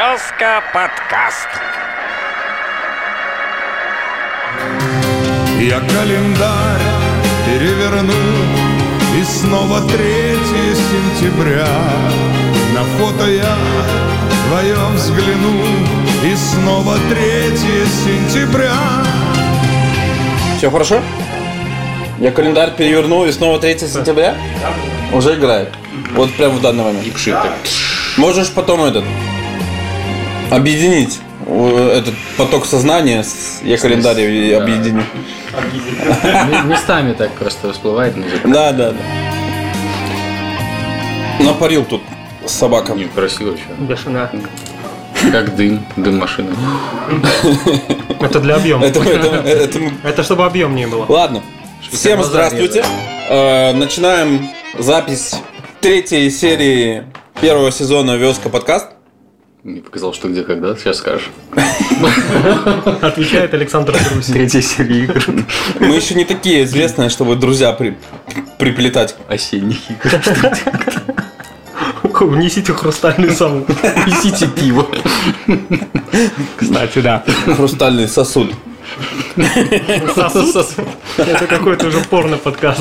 Вёска подкаст. Я календарь переверну, и снова 3 сентября. На фото я твое взгляну, и снова 3 сентября. Все хорошо? Я календарь переверну, и снова 3 сентября? Уже играет. Вот прямо в данный момент. Можешь потом объединить этот поток сознания с я календарь и объединю. Местами так просто всплывает музыка. Да. Напарил тут собака. Красиво еще. Бешеная. Как дым машины. Это для объема. Это чтобы объемнее было. Ладно. Всем здравствуйте. Начинаем запись 3 серии 1 сезона Вёска подкаст. Мне показалось, что где когда. Сейчас скажешь. Отвечает Александр Трусин. 3 серия игр. Мы еще не такие известные, чтобы друзья приплетать. Осенних игр. Внесите хрустальный сосуд. Несите пиво. Кстати, да. Хрустальный сосуд. Сосуд? Это какой-то уже порно-подкаст.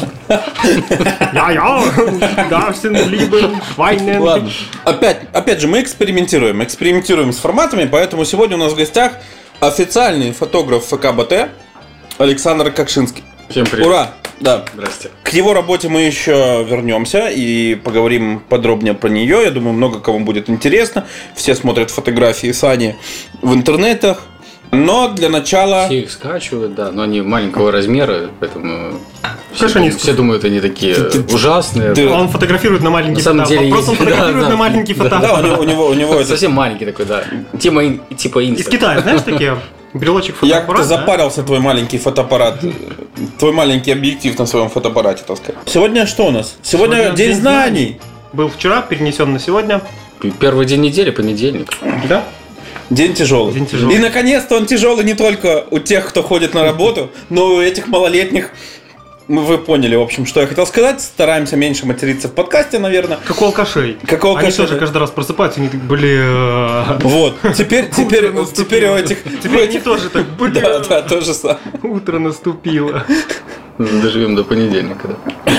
Ладно. Опять же, мы экспериментируем с форматами, поэтому сегодня у нас в гостях официальный фотограф ФК БТ Александр Кокшинский. Всем привет. Ура! Да. Здрасте. К его работе мы еще вернемся и поговорим подробнее про нее. Я думаю, много кому будет интересно. Все смотрят фотографии Сани в интернетах. Но для начала... Все их скачивают, да, но они маленького размера, поэтому все думают, они такие ужасные. Он фотографирует на маленький фотоаппарат. Просто он фотографирует на маленький фотоаппарат. Да, у него это... Совсем маленький такой, да. Типа инста. Из Китая, знаешь, такие... Брелочек Я фотоаппарат. как-то запарился, твой маленький фотоаппарат. Твой маленький объектив на своем фотоаппарате, так сказать. Сегодня что у нас? Сегодня День знаний. Был вчера, перенесен на сегодня. Первый день недели, понедельник. Да? День тяжелый. И наконец-то он тяжелый не только у тех, кто ходит на работу, но и у этих малолетних. Вы поняли, в общем, что я хотел сказать. Стараемся меньше материться в подкасте, наверное. Как у алкашей. Они тоже каждый раз просыпаются, они так были... Вот. Теперь у этих... Теперь они тоже так были. Да, то же самое. Утро наступило. Доживем до понедельника, да.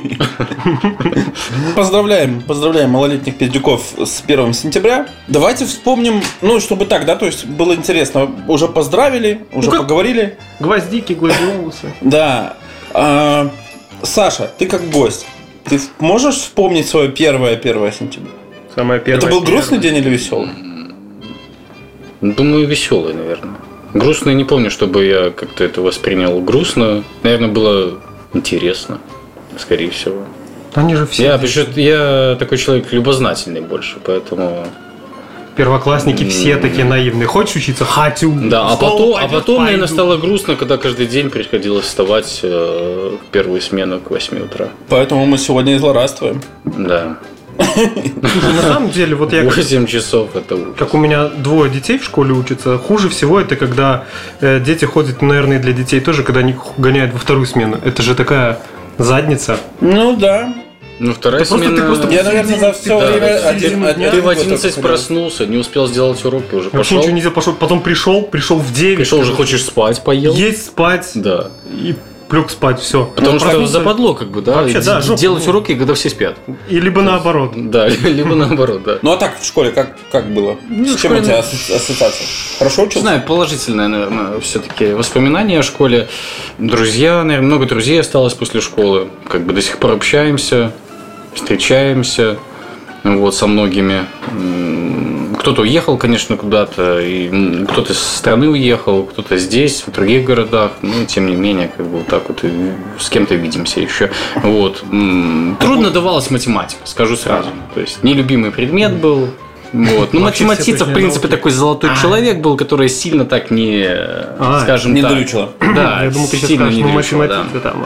Поздравляем малолетних пиздюков с 1 сентября. Давайте вспомним, чтобы так, да, то есть было интересно. Уже поздравили, уже поговорили. Гвоздики, гладиолусы. Да. Саша, ты как гость, ты можешь вспомнить свое 1 сентября? Самое первое. Это был грустный день или веселый? Думаю, веселый, наверное. Грустный не помню, чтобы я как-то это воспринял грустно. Наверное, было интересно, скорее всего. Они же все... Я такой человек любознательный больше, поэтому... Первоклассники все такие наивные. Хочешь учиться? Хочу. Да, а потом, наверное, стало грустно, когда каждый день приходилось вставать в первую смену к 8 утра. Поэтому мы сегодня и злорадствуем. Да. На самом деле, вот я... 8 часов это ужас. Как у меня 2 детей в школе учатся, хуже всего это когда дети ходят, наверное, для детей тоже, когда они гоняют во вторую смену. Это же такая задница. Ну да. Вторая смена... Я, наверное, за все время... Ты в 11 проснулся, не успел сделать уроки, уже вообще пошел. Ничего нельзя, потом пришел в 9. Пришел, уже хочешь спать, поел. Есть, спать. Да. И лег спать, все. Потому что западло, как бы, да. Вообще, да, делать уроки, когда все спят. И либо наоборот. Да, либо наоборот, да. Ну а так в школе как было? С чем у тебя ассоциация? Хорошо учился? Не знаю, положительное, наверное, все-таки воспоминания о школе. Друзья, наверное, много друзей осталось после школы. Как бы до сих пор общаемся, встречаемся со многими. Кто-то уехал, конечно, куда-то, и кто-то со страны уехал, кто-то здесь, в других городах. Но тем не менее, как бы вот так вот с кем-то видимся еще. Трудно давалась математика, скажу сразу. То есть нелюбимый предмет был. Вот. Ну, математица, в принципе, такой золотой человек был, который сильно так не, скажем не так. дрючила. Да, я думал, ты сейчас сильно скажешь, не дрючила, да.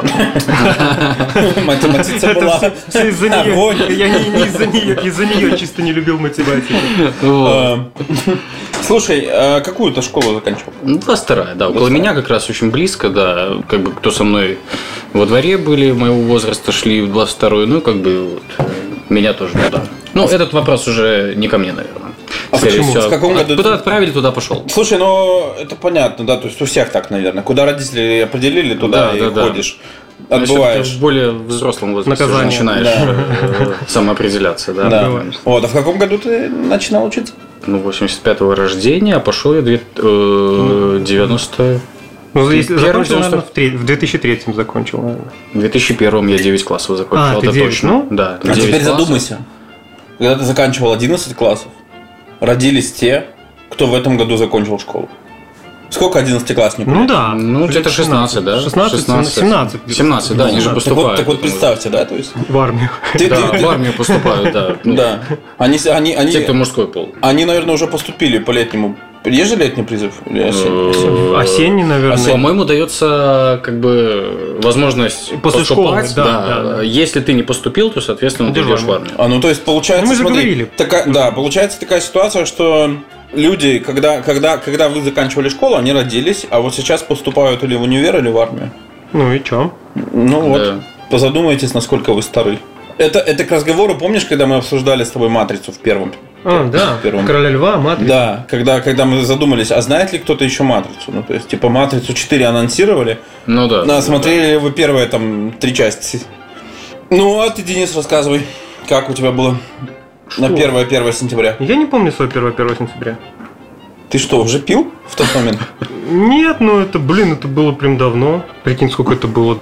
Математица была все из-за нее. Я не из-за нее чисто не любил математику. Слушай, какую ты школу заканчивал? 22-я, да. Около меня как раз очень близко, да. Как бы кто со мной во дворе были, моего возраста шли в 22-ю, ну, как бы вот, меня тоже туда. Ну, этот вопрос уже не ко мне, наверное. А почему? В каком году? Куда отправили, туда пошел. Слушай, ну это понятно, да, то есть у всех так, наверное. Куда родители определили, туда и ходишь. Отбываешь. В более взрослом возрасте начинаешь самоопределяться, да. Да. Вот, а в каком году ты начинал учиться? 85-го рождения, а пошел я 90... Ну, если закончил, наверное, в 2003-м закончил, наверное. В 2001-м я 9 классов закончил, это 9, точно. Ну? Да, а теперь задумайся. Когда ты заканчивал 11 классов, родились те, кто в этом году закончил школу. Сколько 11-классников? Ну да. Ну, где-то 16, да? 17. 17, да, они же поступают. Так вот представьте, да, то есть... В армию. Да, в армию поступают, да. Да. Те, кто мужской пол. Они, наверное, уже поступили по летнему. Есть же летний призыв? Или осенний? Осенний, наверное. По-моему, дается как бы возможность после школы, да. Если ты не поступил, то, соответственно, ты идешь в армию. Ну, то есть, получается, мы же говорили. Да, получается такая ситуация, что люди, когда вы заканчивали школу, они родились, а вот сейчас поступают или в универ, или в армию. Ну и чё? Ну вот, позадумайтесь, насколько вы стары. Это к разговору, помнишь, когда мы обсуждали с тобой «Матрицу» в первом? Да, «Короля льва», «Матрица». Да, когда мы задумались, а знает ли кто-то еще «Матрицу»? Ну, то есть, типа, «Матрицу 4» анонсировали. Ну да. Смотрели ли вы первые там 3 части? Ну, а ты, Денис, рассказывай, как у тебя было на 1 сентября? Я не помню свое 1 сентября. Ты что, уже пил в тот момент? Нет, ну это было прям давно. Прикинь, сколько это было?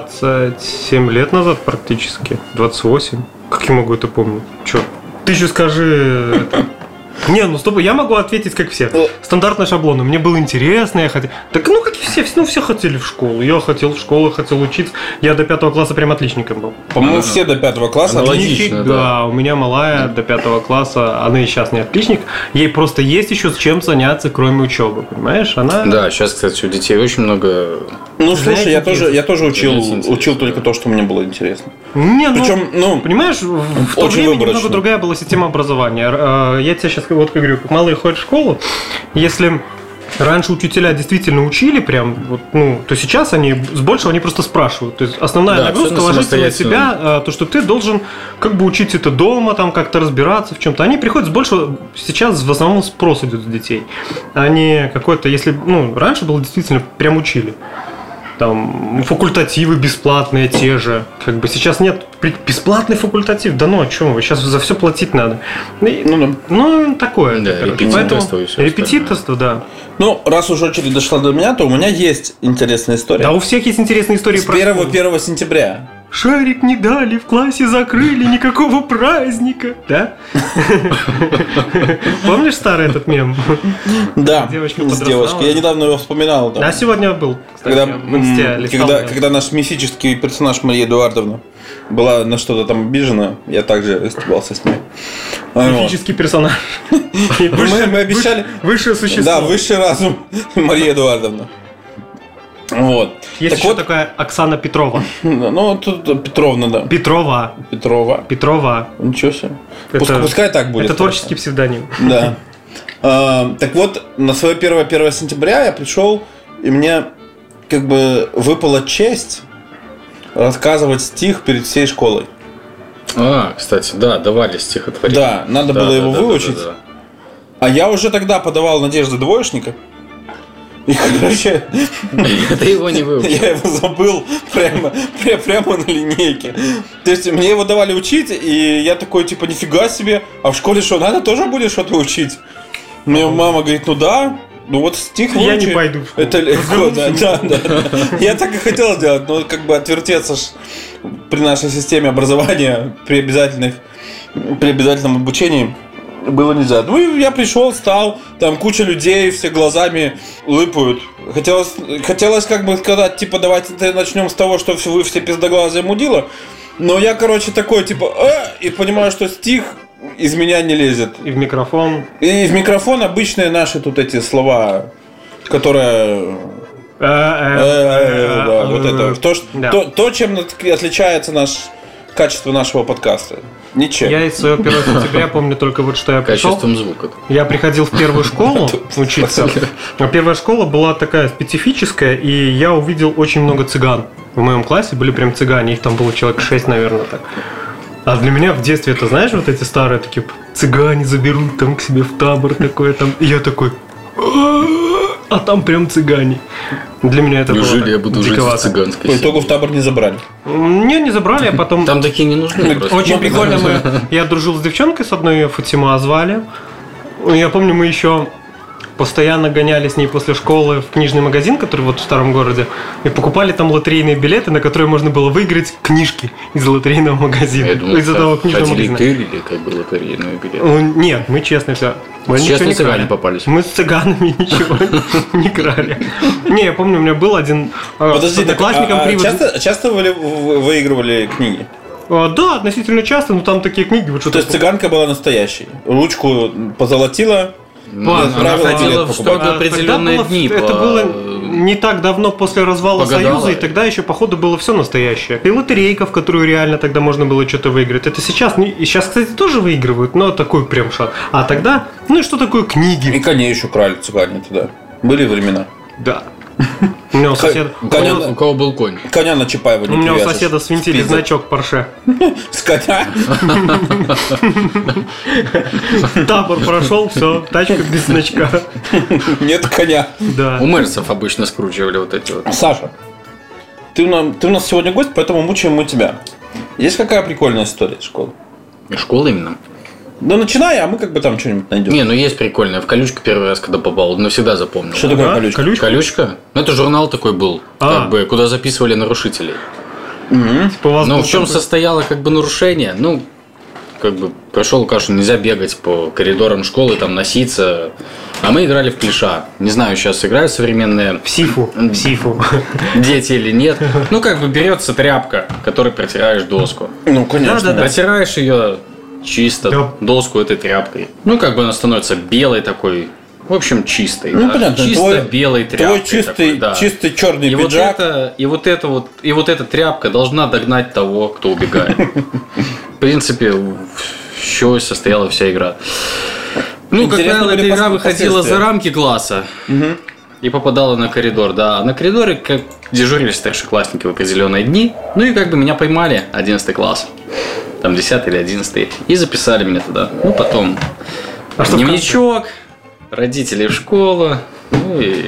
27 лет назад практически. 28. Как я могу это помнить? Чё? Ты еще скажи это. Не, ну стоп, я могу ответить как все. Стандартные шаблоны. Мне было интересно, я хотел. Так, ну как все хотели в школу. Я хотел в школу, хотел учиться. Я до 5 класса прям отличником был. По-моему, все до 5 класса отлично. Да, у меня малая до 5 класса, она и сейчас не отличник. Ей просто есть еще с чем заняться, кроме учебы, понимаешь? Она. Да, сейчас, кстати, у детей очень много. Ну, слушай, я тоже учил только то, что мне было интересно. Не, причем, понимаешь, в то время немного другая была система образования. Я тебе сейчас вот говорю, как малые ходят в школу, если раньше учителя действительно учили прям, вот, то сейчас они с большего они просто спрашивают. То есть основная нагрузка ложится на себя, то, что ты должен как бы учить это дома, там как-то разбираться в чем-то. Они приходят с большего, сейчас в основном спрос идет с детей. Они какой-то, если, раньше было действительно прям учили. Там факультативы бесплатные те же. Как бы сейчас нет бесплатный факультатив. Да о чем вы? Сейчас за все платить надо. Ну такое. Да, репетиторство и все. Репетиторство, да. Ну, раз уж очередь дошла до меня, то у меня есть интересная история. Да, у всех есть интересные истории про 1 сентября. Шарик не дали, в классе закрыли, никакого праздника. Да? Помнишь старый этот мем? Да, с девочкой. Я недавно его вспоминал. Да, сегодня был, кстати, в инсте. Когда наш мифический персонаж Мария Эдуардовна была на что-то там обижена, я также стебался с ней. Мифический персонаж. Мы обещали... Высшее существо. Да, высший разум Мария Эдуардовна. Вот. Есть еще такая Оксана Петрова. Ну, тут Петровна, да. Петрова. Ничего себе. Пускай так будет. Это творческий псевдоним. Да. Так вот, на свое 1 сентября я пришел, и мне как бы выпала честь рассказывать стих перед всей школой. Кстати, да, давали стихотворение. Да, надо было его выучить. Да. А я уже тогда подавал надежды двоечника. И, короче, ты его не выучил. Я его забыл прямо на линейке. То есть мне его давали учить, и я такой, типа, нифига себе. А в школе что, надо тоже будет что-то учить? Мне мама говорит, ну да. Ну вот стих выучи. Я не пойду в школу. Это легко, да. Я так и хотел сделать, но как бы отвертеться при нашей системе образования, при обязательном обучении было нельзя. Ну, я пришел, стал, там куча людей, все глазами лыпают. Хотелось как бы сказать, типа, давайте начнем с того, что вы все пиздоглазые мудила. Но я, короче, такой, типа, и понимаю, что стих из меня не лезет. И в микрофон. И в микрофон обычные наши тут эти слова, которые... Да, вот это. То, чем отличается качество нашего подкаста. Ничем. Я из своего 1 сентября помню только вот, что я пришел. Качеством звука. Я приходил в первую школу учиться. А первая школа была такая специфическая, и я увидел очень много цыган. В моем классе были прям цыгане, их там было человек 6, наверное, так. А для меня в детстве, это знаешь, вот эти старые такие цыгане заберут там к себе в табор такое там. И я такой... А там прям цыгане. Для меня это Неужели было я буду жить в цыганской По итогу в табор не забрали. Не забрали, а потом... Там такие не нужны. Очень прикольно. Я дружил с девчонкой, с одной Фатима звали. Я помню, мы еще постоянно гоняли с ней после школы в книжный магазин, который вот в старом городе, и покупали там лотерейные билеты, на которые можно было выиграть книжки из лотерейного магазина. Я думал, из этого книжного магазина. или как бы лотерейные билеты. Нет, мы честно все. Мы Честные цыгане попались. Мы с цыганами ничего не крали. Не, я помню, у меня был один Подожди, одноклассником часто вы выигрывали книги? Да, относительно часто, но там такие книги. Вот То есть цыганка была настоящей. Ручку позолотила. Она ходила в строго определенные дни. Это было не так давно после развала Погадала. Союза, и тогда еще, походу, было все настоящее. И лотерейка, в которую реально тогда можно было что-то выиграть. Это сейчас, и сейчас, кстати, тоже выигрывают, но такой прям шаг. А тогда, ну и что такое книги? И коней еще крали цыгане тогда. Были времена. Да. У меня у соседа... У кого был конь? Коня на Чапаева не У меня у привяжешь. соседа свинтили В Пизе. значок Порше. С коня? Табор прошел, все, тачка без значка. Нет коня. Да. У мэрсов обычно скручивали вот эти вот. Саша, ты у нас сегодня гость, поэтому мучаем мы тебя. Есть какая прикольная история из школы? Школа именно? Ну, начинай, а мы как бы там что-нибудь найдем. Не, ну есть прикольная. В колючку первый раз, когда попал, навсегда запомнил. Что такое Да? колючка? Колючка? Ну, это журнал такой был, как бы, куда записывали нарушителей. Типа у вас Но был в чем такой- состояло как бы нарушение? Ну, как бы прошел кашу, нельзя бегать по коридорам школы, там носиться. А мы играли в клиша. Не знаю, сейчас играют современные В сифу. В сифу. дети или нет. Ну, как бы берется тряпка, которой протираешь доску. Ну, конечно. Да-да-да. Протираешь ее чисто, Да. доску этой тряпкой. Ну, как бы она становится белой такой. В общем, чистой. Ну, да. понятно, Чисто твой- белой тряпкой. Твой чистый, такой, да. чистый черный И вот, пиджак. и вот эта тряпка должна догнать того, кто убегает. В принципе, в чего состояла вся игра. Ну, как Интересно правило, были эта игра выходила последствия. за рамки класса и попадала на коридор, да. А на коридоре как дежурили старшеклассники в определенные дни. Ну и как бы меня поймали, 11 класс. Там 10 или 11. И записали меня туда. Ну, потом А что в дневничок, родители в школу. Ну и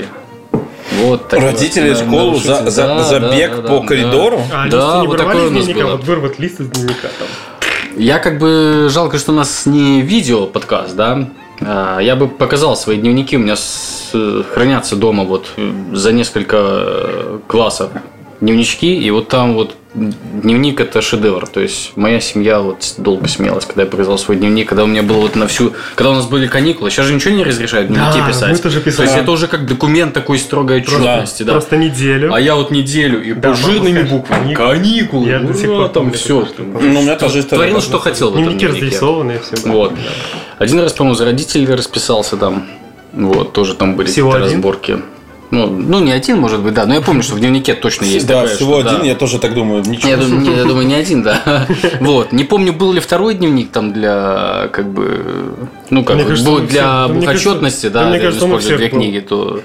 вот так. Родители в школу за бег по коридору? А они Да, не вот вырывали такое из у нас дневника, было. вот вырвать лист из дневника там. Я как бы жалко, что у нас не видео подкаст, да. Я бы показал свои дневники, у меня хранятся дома вот за несколько классов дневнички, и вот там вот дневник — это шедевр. То есть моя семья вот долго смеялась, когда я показал свой дневник, когда у меня было вот на всю, когда у нас были каникулы. Сейчас же ничего не разрешают дневники Да, писать. мы тоже писали. То есть это уже как документ такой строгой отчетности, да. Просто неделю. А я вот неделю и Да, жирными мама, буквами. каникулы. Каникулы. Я до сих пор там помню все. такую штуку. Ну, у меня тоже история. Творил, что хотел в этом Дневники дневнике. разрисованные все. Вот. Один раз, по-моему, за родителей расписался там. Вот, тоже там были Всего какие-то один? разборки. Ну, не один, может быть, да. Но я помню, что в дневнике точно есть Да, такое, всего что, один, да. я тоже так думаю. Ничего. Я думаю, не один, да. Вот. Не помню, был ли второй дневник там для, как бы, ну, как Мне бы, кажется, был мы для все- мне бухотчетности, кажется, да, мне кажется, он у использовать всех две был. книги, то...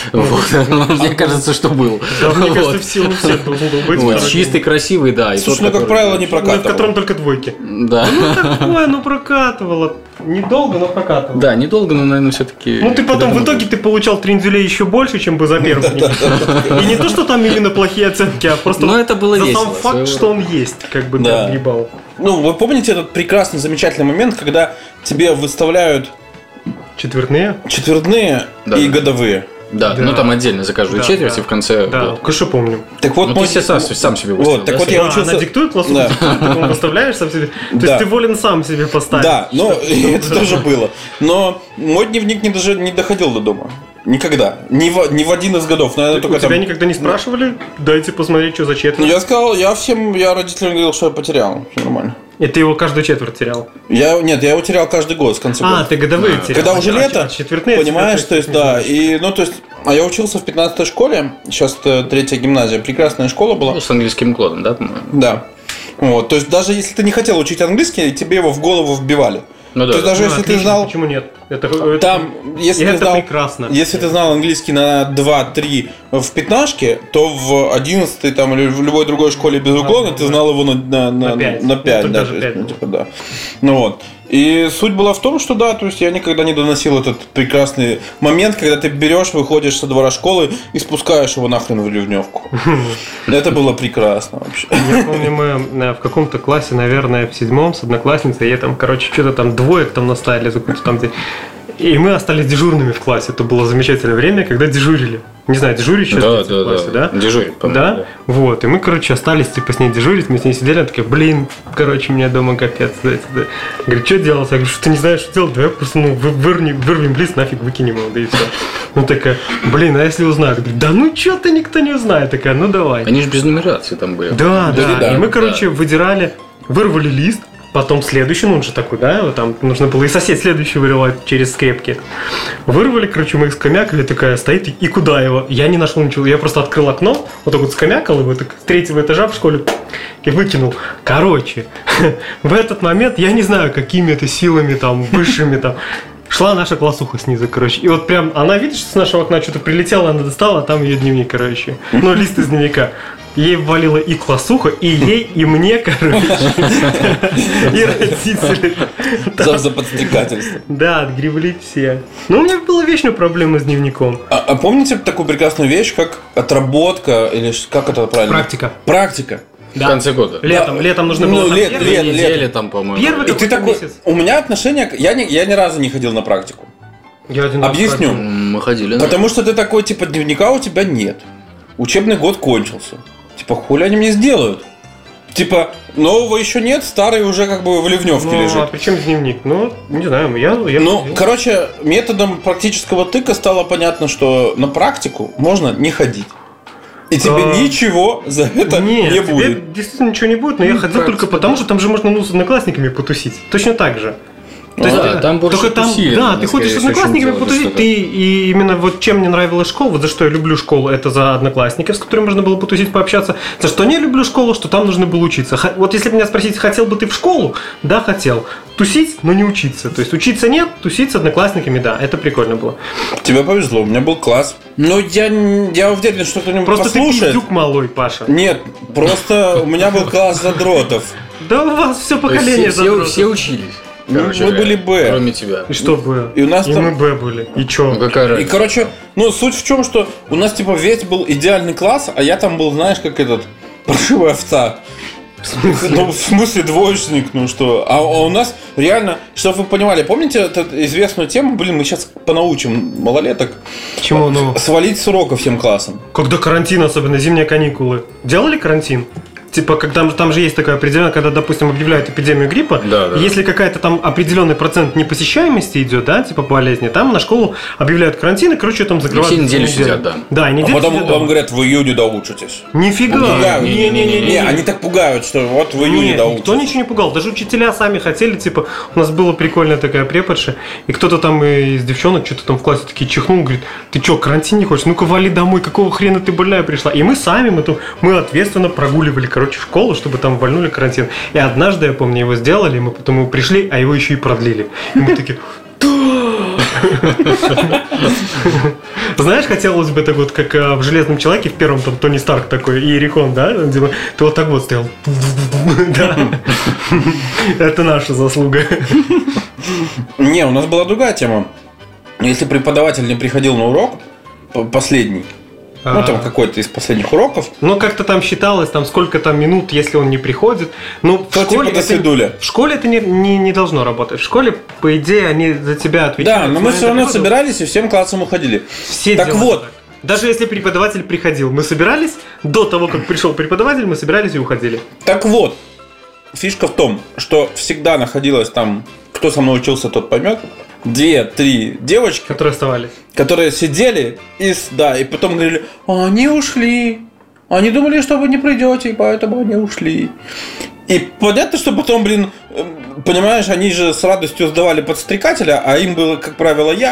вот. Мне кажется, что был. Да, мне кажется, Вот. все у всех должен был быть. Вот, второй чистый, красивый, да. и Слушай, тот, ну, как который- правило, не дневник. Ну, в прокатывал. котором только двойки. Да. Такое, ну прокатывало. Недолго, но прокатывало. Да, недолго, но, наверное, все-таки... Ну ты потом в итоге ты получал тринзюлей еще больше, чем бы за первый дневник. И не то, что там именно плохие оценки, а просто Но это было за весело, сам факт, своего что он есть, как бы Да. ты отгребал. Ну, вы помните этот прекрасный, замечательный момент, когда тебе выставляют Четвертные? четвертные Да. и годовые? Да, Да. ну там отдельно за каждую Да, четверть да. и в конце... Да, год. конечно, помню. Так вот, Ну, мой- ты себе сам себе Вот, выставил, так да, вот себе? я А, учился... она диктует классу, Да. ты потом выставляешь сам себе. То Да. есть ты волен сам себе поставить. Да, но это тоже было. Но мой дневник не доходил до дома. Никогда. Ни в один из годов. Наверное, У только тебя там... никогда не спрашивали? Дайте посмотреть, что за Ну, четверть. я сказал, я родителям говорил, что я потерял. Все нормально. И ты его каждую четверть терял. Я его терял каждый год, с конца года. А, ты годовые терял. Когда уже А лето, четвертные, понимаешь, то есть, да, и, ну, то есть, а я учился в 15-й школе, сейчас это 3-я гимназия, прекрасная школа была, Ну, с английским кодом, да, по-моему? да. Вот, то есть даже если ты не хотел учить английский, тебе его в голову вбивали. Ну, да. То есть даже если отлично, ты знал... Почему нет? Там, если ты знал, прекрасно. Если ты знал английский на 2-3 в пятнашке, то в 11 там, или в любой другой школе без уклона ты знал его на 5 даже. 5. Типа, да. Ну вот. И суть была в том, что да, то есть я никогда не доносил этот прекрасный момент, когда ты берешь, выходишь со двора школы и спускаешь его нахрен в ливневку. Это было прекрасно вообще. Я помню, мы в каком-то классе, наверное, в 7-м с одноклассницей, я там, что-то там двоек там наставили за какой-то там день. И мы остались дежурными в классе. Это было замечательное время, когда дежурили. Не знаю, дежурить сейчас в классе, да? Дежурить, по-моему. Да? Вот. И мы, остались с ней дежурить. Мы с ней сидели, она такая, у меня дома капец. Говорит, что делать? Я говорю, что ты не знаешь, что делать? Давай просто, вырвем лист, нафиг выкинем его, да и все. Ну такая, а если узнают? Говорит, да что-то никто не узнает. Такая, давай. Они же без нумерации там были. Да. И мы, выдирали, вырвали лист. Потом следующий, он же такой, да, там нужно было и сосед следующий вырывать через скрепки. Вырвали, мы их скомякали, такая стоит, и куда его? Я не нашел ничего, я просто открыл окно, вот так вот скомякал его, так, с 3-го этажа в школе и выкинул. В этот момент, я не знаю, какими это силами там, высшими там, шла наша классуха снизу, И вот прям, она видит, что с нашего окна что-то прилетело, она достала, а там ее дневник, лист из дневника. Ей ввалила и классуха, и ей, и мне, И родители. За подстрекательство. Да, отгребли все. Но у меня была вечная проблема с дневником. А помните такую прекрасную вещь, как отработка, или как это правильно? Практика. Да. В конце года. Летом нужно было. Недели там, по-моему. Первый и ты такой, месяц. У меня отношение, я ни разу не ходил на практику. Объясню. Мы ходили. Потому что ты такой, дневника у тебя нет. Учебный год кончился. Хули они мне сделают? Нового еще нет, старый уже в ливневке лежит. А при чем дневник? Не знаю, я методом практического тыка стало понятно, что на практику можно не ходить. И тебе ничего за это не будет. Тебе действительно ничего не будет, но я ходил только потому, что там же можно с одноклассниками потусить. Точно так же. То есть, там больше тусили. Да, ты ходишь с одноклассниками потусить, и именно чем мне нравилась школа, за что я люблю школу, это за одноклассников, с которыми можно было потусить, пообщаться. За что не люблю школу, что там нужно было учиться. Вот если меня спросить, хотел бы ты в школу? Да, хотел. Тусить, но не учиться. То есть учиться нет, тусить с одноклассниками, да, это прикольно было. Тебе повезло, у меня был класс. Но я уверен, что кто-нибудь просто послушает. Просто ты пиздюк малой, Паша. Нет, просто у меня был класс задротов. Да у вас все поколение задротов. Все учились. Мы были Б. Кроме тебя. И что Б? И у нас мы Б были. И чё? Какая разница? И суть в чем, что у нас весь был идеальный класс, а я там был, знаешь, как паршивая овца. В смысле двоечник, А у нас реально, чтобы вы понимали, помните эту известную тему, мы сейчас понаучим малолеток. Чему? Свалить с урока всем классом. Когда карантин, особенно зимние каникулы. Делали карантин? Когда там же есть такое определенное, когда, допустим, объявляют эпидемию гриппа, если какая-то там определенный процент непосещаемости идет, по болезни, там на школу объявляют карантин, и, там закрывают. Все неделю сидят, да. Да, и неделю потом вам говорят, в июне доучитесь. Нифига. Не, они так пугают, что вот в июне доучитесь. Никто ничего не пугал. Даже учителя сами хотели, у нас была прикольная такая преподша, и кто-то там из девчонок что-то там в классе такие чихнул, говорит, ты что, карантин не хочешь? Ну-ка вали домой, какого хрена ты больная пришла? И мы сами, мы ответственно прогуливали, в школу, чтобы там вальнули карантин. И однажды, я помню, его сделали, мы потом пришли, а его еще и продлили. И мы такие, знаешь, хотелось бы так вот, как в «Железном человеке» в первом, там Тони Старк такой, и Иерихон, да? Ты вот так вот стоял. Да. Это наша заслуга. Не, у нас была другая тема. Если преподаватель не приходил на урок, последний, там какой-то из последних уроков. Как-то там считалось, сколько там минут, если он не приходит. В школе это не должно работать. В школе, по идее, они за тебя отвечают. Да, но мы все равно собирались и всем классом уходили. Все так вот. Так. Даже если преподаватель приходил, мы собирались, до того, как пришел преподаватель, мы собирались и уходили. Так вот, фишка в том, что всегда находилось там, кто со мной учился, тот поймет, 2-3 девочки, которые оставались, которые сидели и потом говорили, они ушли, они думали, что вы не придете, и поэтому они ушли. И понятно, что потом, понимаешь, они же с радостью сдавали подстрекателя, а им было, как правило, я.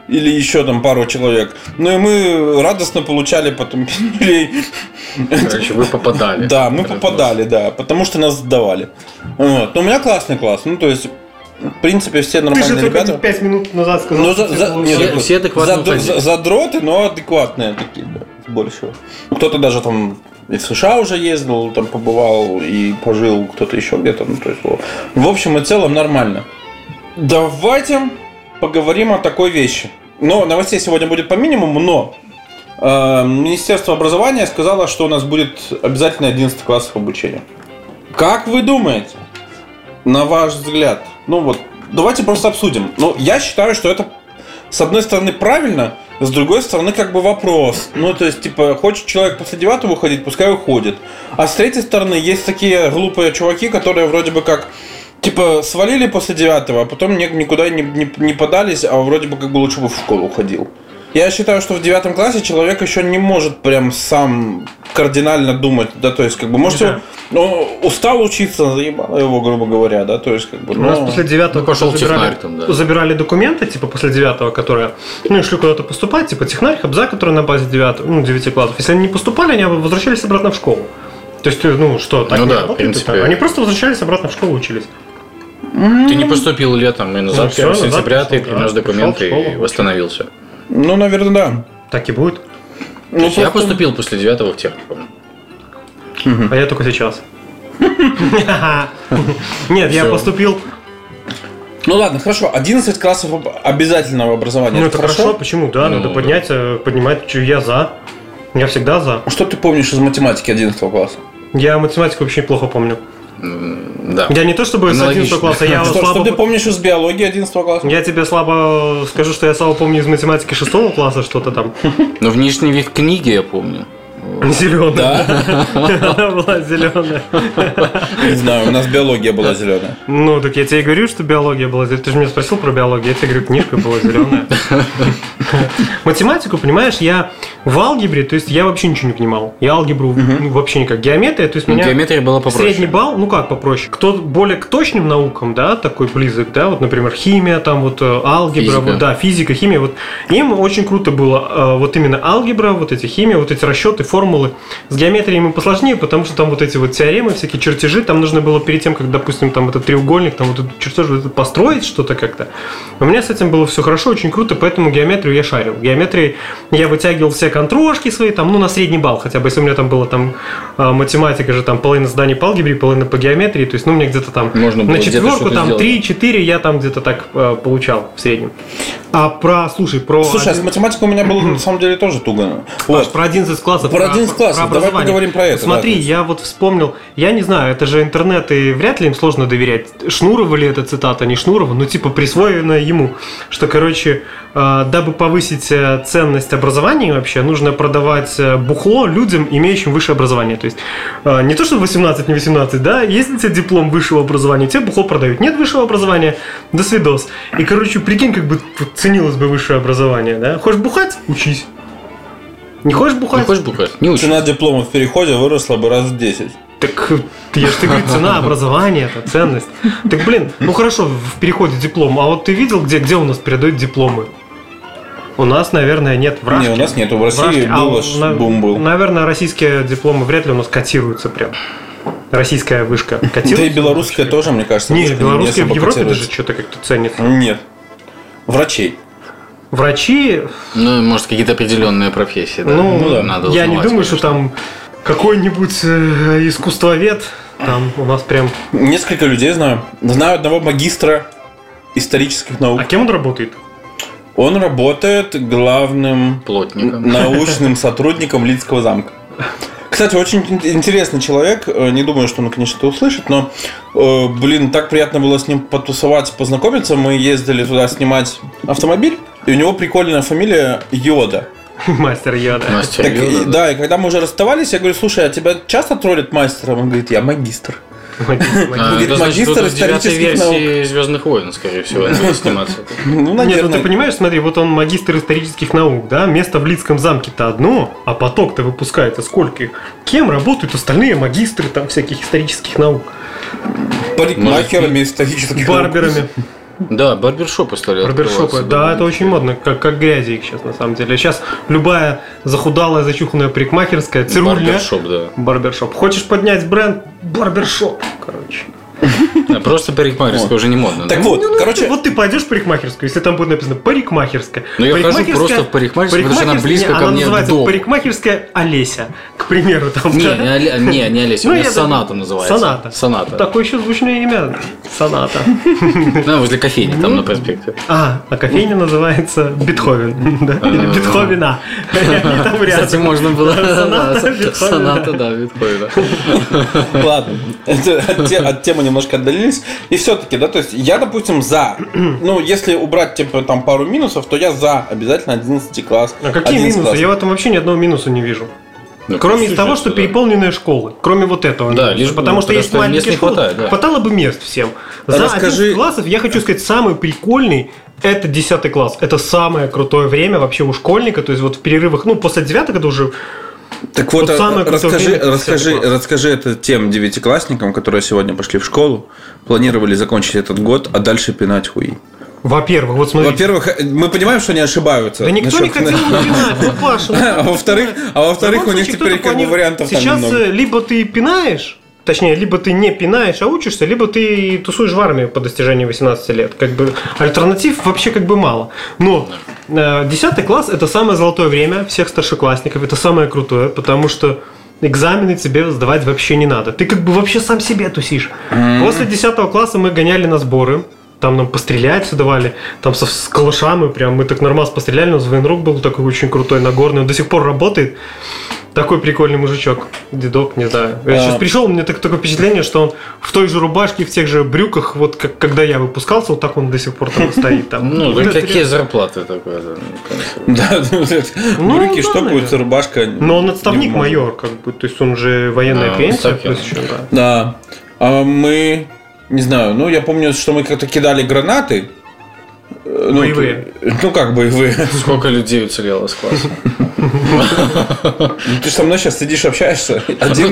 или еще там пару человек. Ну и мы радостно получали потом пенюлей. Короче, вы попадали. Да, мы попадали, да, потому что нас сдавали. Вот. Но у меня классный класс. Ну, то есть, в принципе, все нормальные ребята. Ты же 5 минут назад сказал. Все адекватные. Задроты, но адекватные такие, да, больше. Кто-то даже там и в США уже ездил, там побывал и пожил, кто-то еще где-то. Ну, то есть, в общем и целом нормально. Давайте поговорим о такой вещи. Но новостей сегодня будет по минимуму, но Министерство образования сказало, что у нас будет обязательно 11 классов обучения. Как вы думаете, на ваш взгляд? Ну вот, давайте просто обсудим. Ну, я считаю, что это, с одной стороны, правильно, с другой стороны, как бы вопрос. Ну, то есть, типа, хочет человек после 9-го уходить, пускай уходит. А с третьей стороны, есть такие глупые чуваки, которые вроде бы как, типа, свалили после 9-го, а потом никуда не подались, а вроде бы как бы лучше бы в школу уходил. Я считаю, что в 9 классе человек еще не может прям сам кардинально думать, да, то есть, как бы, может, устал учиться, заебало его, грубо говоря, да, то есть, как бы, У нас после 9-го пошел технарь там, да. Забирали документы, типа, после 9-го, которые, ну, и шли куда-то поступать, типа, технарь, хабза, который на базе 9 классов. Если они не поступали, они возвращались обратно в школу. То есть, ну, что, так не работает? В принципе. Они просто возвращались обратно в школу, учились. Ты не поступил летом, и назад 1 сентября ты принес документы и восстановился. Ну, наверное, да. Так и будет. Ну, я поступил после 9-го в тех, помню. А я только сейчас. Нет, я поступил. Ну ладно, хорошо. 11 классов обязательного образования. Ну это хорошо, почему? Да, надо поднимать. Я за. Я всегда за. Что ты помнишь из математики 11 класса? Я математику вообще неплохо помню. Да. Я не то чтобы с 11 класса, я слабо... Что ты помнишь из биологии 11 класса? Я тебе слабо скажу, что я слабо помню из математики 6 класса что-то там. Но внешний вид книги я помню. Зеленая. Да? Она была зеленая. Не знаю, у нас биология была зеленая. Ну, так я тебе и говорю, что биология была зеленая. Ты же меня спросил про биологию, я тебе говорю, книжка была зеленая. Математику, понимаешь, я в алгебре, то есть я вообще ничего не понимал. Я алгебру вообще никак. Геометрия, то есть меня... Геометрия была попроще. Средний балл, ну как попроще. Кто более к точным наукам, да, такой близок, да, вот, например, химия, там вот алгебра, физика. Вот, да, физика, химия, вот им очень круто было вот именно алгебра, вот эти химия, вот эти расчеты, формулы. С геометрией им посложнее, потому что там вот эти вот теоремы, всякие чертежи, там нужно было перед тем, как, допустим, там этот треугольник, там вот этот чертеж вот этот построить что-то как-то. У меня с этим было все хорошо, очень круто, поэтому геометрию я шарил. Геометрией я вытягивал все контрошки свои, там, ну, на средний балл хотя бы, если у меня там было там математика же, там, половина заданий по алгебре, половина по геометрии, то есть, ну, мне где-то там на четверку, там, 3-4 я там где-то так получал в среднем. Слушай, с математикой у меня было на самом деле тоже туго. Вот. Про 11 классов. Про 11 классов. Давай поговорим про это. Смотри, да, я вот вспомнил, я не знаю, это же интернет, и вряд ли им сложно доверять. Шнурова ли это цитата, не Шнурова, но типа присвоенная ему, что, короче, дабы повысить ценность образования вообще, нужно продавать бухло людям, имеющим высшее образование. То есть не то, что 18, не 18, да, есть у тебя диплом высшего образования, тебе бухло продают. Нет высшего образования, до свидос. И, короче, прикинь, как бы ценилось бы высшее образование, да? Хочешь бухать? Учись. Не хочешь бухать? Не хочешь бухать? Не учись. Цена диплома в переходе выросла бы раз в 10. Так, я же говорю, цена образования, это ценность. Так, блин, ну хорошо, в переходе диплом, а вот ты видел, где у нас передают дипломы? У нас, наверное, нет в Рашке. Не, у нас нет, в России бум был. Наверное, российские дипломы вряд ли у нас котируются прям. Российская вышка котируется. Да и белорусская тоже, мне кажется. Не, белорусская в Европе даже что-то как-то ценится. Нет. Врачей. Врачи... Ну, может, какие-то определенные профессии, да? Ну, да. Надо я не думаю, конечно. Что там какой-нибудь искусствовед, там у нас прям... Несколько людей знаю. Знаю одного магистра исторических наук. А кем он работает? Он работает главным плотником, научным сотрудником Лидского замка. Кстати, очень интересный человек. Не думаю, что он, конечно, это услышит, но, так приятно было с ним потусоваться, познакомиться. Мы ездили туда снимать автомобиль, и у него прикольная фамилия Йода. Мастер Йода. Мастер Йода. Да, и когда мы уже расставались, я говорю, слушай, а тебя часто троллят мастером? Он говорит, я магистр. Магистр исторических наук. Звездных войн, скорее всего, сниматься. Ну, наверное. Нет, ты понимаешь, смотри, вот он магистр исторических наук, да, место в Лидском замке-то одно, а поток-то выпускается сколько? Кем работают остальные магистры там всяких исторических наук? Парикмахерами исторических наук. Барберами. Да, барбершопы стали Барбершопы, да, это очень модно, как грязи их сейчас на самом деле. Сейчас любая захудалая, зачуханная парикмахерская, цирульня. Барбершоп, да. Барбершоп. Хочешь поднять бренд? Барбершоп, короче. Просто парикмахерская уже не модно. Так вот, короче... Вот ты пойдешь в парикмахерскую, если там будет написано парикмахерская. Ну я хожу просто в парикмахерскую, потому что она близко ко мне. Она называется парикмахерская Олеся, к примеру. Не Олеся, у меня Соната называется. Соната. Такое еще звучное имя. Соната. Да, возле кофейни, там на проспекте. А кофейня называется Бетховен. Или Бетховена. Кстати, можно было... Соната, да, Бетховена. Ладно, от темы немножко отдалились. И все-таки, да, то есть я, допустим, за. Ну, если убрать, типа, там пару минусов, то я за обязательно 11 класс. А какие минусы? Класс. Я в этом вообще ни одного минуса не вижу. Ну, кроме того, что переполненные школы. Кроме вот этого. Да, лишь потому что есть маленькие школы. Хватало бы мест всем. За 11 классов я хочу сказать, самый прикольный это 10 класс. Это самое крутое время вообще у школьника. То есть вот в перерывах, ну, после 9 это уже... Так вот, расскажи это тем девятиклассникам, которые сегодня пошли в школу, планировали закончить этот год, а дальше пинать хуи. Во-первых, вот смотрите. Во-первых, мы понимаем, что они ошибаются. Да никто не хотел пинать, ну, Паша. А во-вторых, у них теперь как бы вариантов там немного. Сейчас либо ты пинаешь, точнее, либо ты не пинаешь, а учишься, либо ты тусуешь в армии по достижении 18 лет. Как бы альтернатив вообще как бы мало. Но 10 класс – это самое золотое время всех старшеклассников. Это самое крутое, потому что экзамены тебе сдавать вообще не надо. Ты как бы вообще сам себе тусишь. После 10 класса мы гоняли на сборы. Там нам пострелять все давали. Там с калашами прям мы так нормально постреляли. У нас военрук был такой очень крутой, Нагорный. Он до сих пор работает. Такой прикольный мужичок, дедок, не знаю. Я сейчас пришел, у меня такое впечатление, что он в той же рубашке, в тех же брюках, вот как когда я выпускался, вот так он до сих пор там стоит. Ну, какие зарплаты такое? Да, брюки штопаются, рубашка. Но он отставник майор, как бы, то есть он же военная пенсия. Да. А мы, не знаю, ну я помню, что мы как-то кидали гранаты. Боевые. Ну как боевые? Сколько людей уцелело с класса? Ты со мной сейчас сидишь, общаешься. Один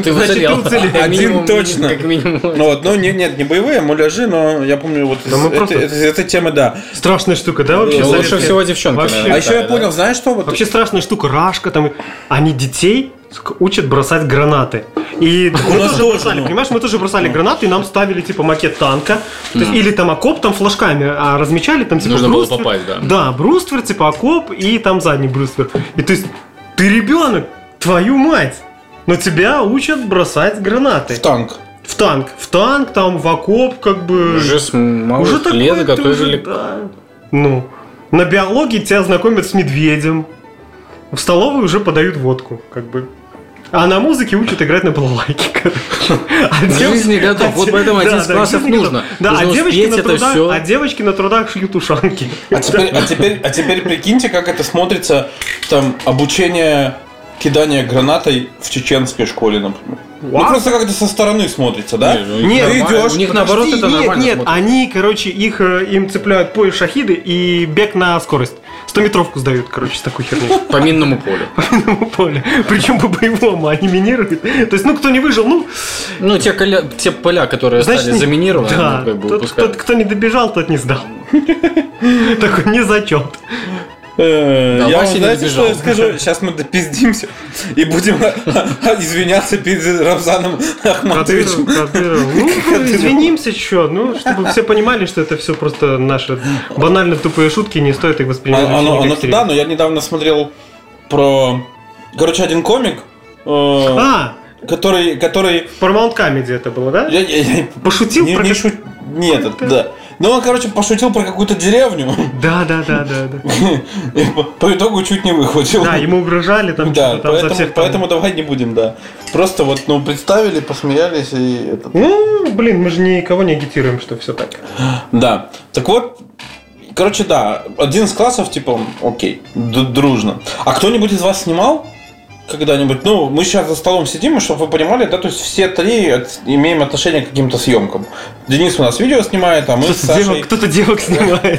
точно. Как минимум. Ну нет, не боевые, муляжи, но я помню вот этой темы, да. Страшная штука, да, вообще? Лучше всего девчонки. А еще я понял, знаешь что? Вообще страшная штука, рашка там. Они детей учат бросать гранаты. И мы тоже бросали, понимаешь, мы тоже бросали гранаты, и нам ставили типа макет танка, то есть, или там окоп там флажками, а размечали там типа нужно было попасть, да. Да, бруствер, типа окоп и там задний бруствер. И то есть ты ребенок, твою мать, но тебя учат бросать гранаты. В танк, там в окоп, как бы. Уже с малых лет готовили. Да. Ну, на биологии тебя знакомят с медведем. В столовой уже подают водку, как бы. А на музыке учат играть на балалайке. В жизни готов. Вот поэтому 11 классов нужно. Да, а девочки на трудах шьют ушанки. А теперь прикиньте, как это смотрится, там, обучение кидания гранатой в чеченской школе, например. Ну, просто как-то со стороны смотрится, да? Нет, ты идешь. У них наоборот это нормально. Нет, они, короче, им цепляют пояс шахиды и бег на скорость. 100-метровку сдают, короче, с такой херней. По минному полю. По минному полю. Причем по боевому, они минируют. То есть, ну, кто не выжил, Ну, те поля, которые стали заминированы, да, как бы выпускают. Кто не добежал, тот не сдал. Такой не зачет. Я вам, знаете, что я скажу? Сейчас мы допиздимся и будем извиняться перед Рамзаном Ахматовичем. Ну, извинимся, что? Ну, чтобы все понимали, что это все просто наши банально тупые шутки, не стоит их воспринимать. Оно туда, но я недавно смотрел про... Короче, один комик, который... В Paramount Comedy это было, да? Пошутил про... Нет, да. Ну, он, короче, пошутил про какую-то деревню. Да. И по итогу чуть не выхватил. Да, ему угрожали там. Да, поэтому давай не будем, да. Просто вот, представили, посмеялись и это. Ну, блин, мы же никого не агитируем, что все так. Да. Так вот, короче, да, 11 классов, типа, окей, дружно. А кто-нибудь из вас снимал когда-нибудь? Ну, мы сейчас за столом сидим, и чтобы вы понимали, да, то есть все три имеем отношение к каким-то съемкам. Денис у нас видео снимает, а мы с Сашей... Кто-то девок снимает.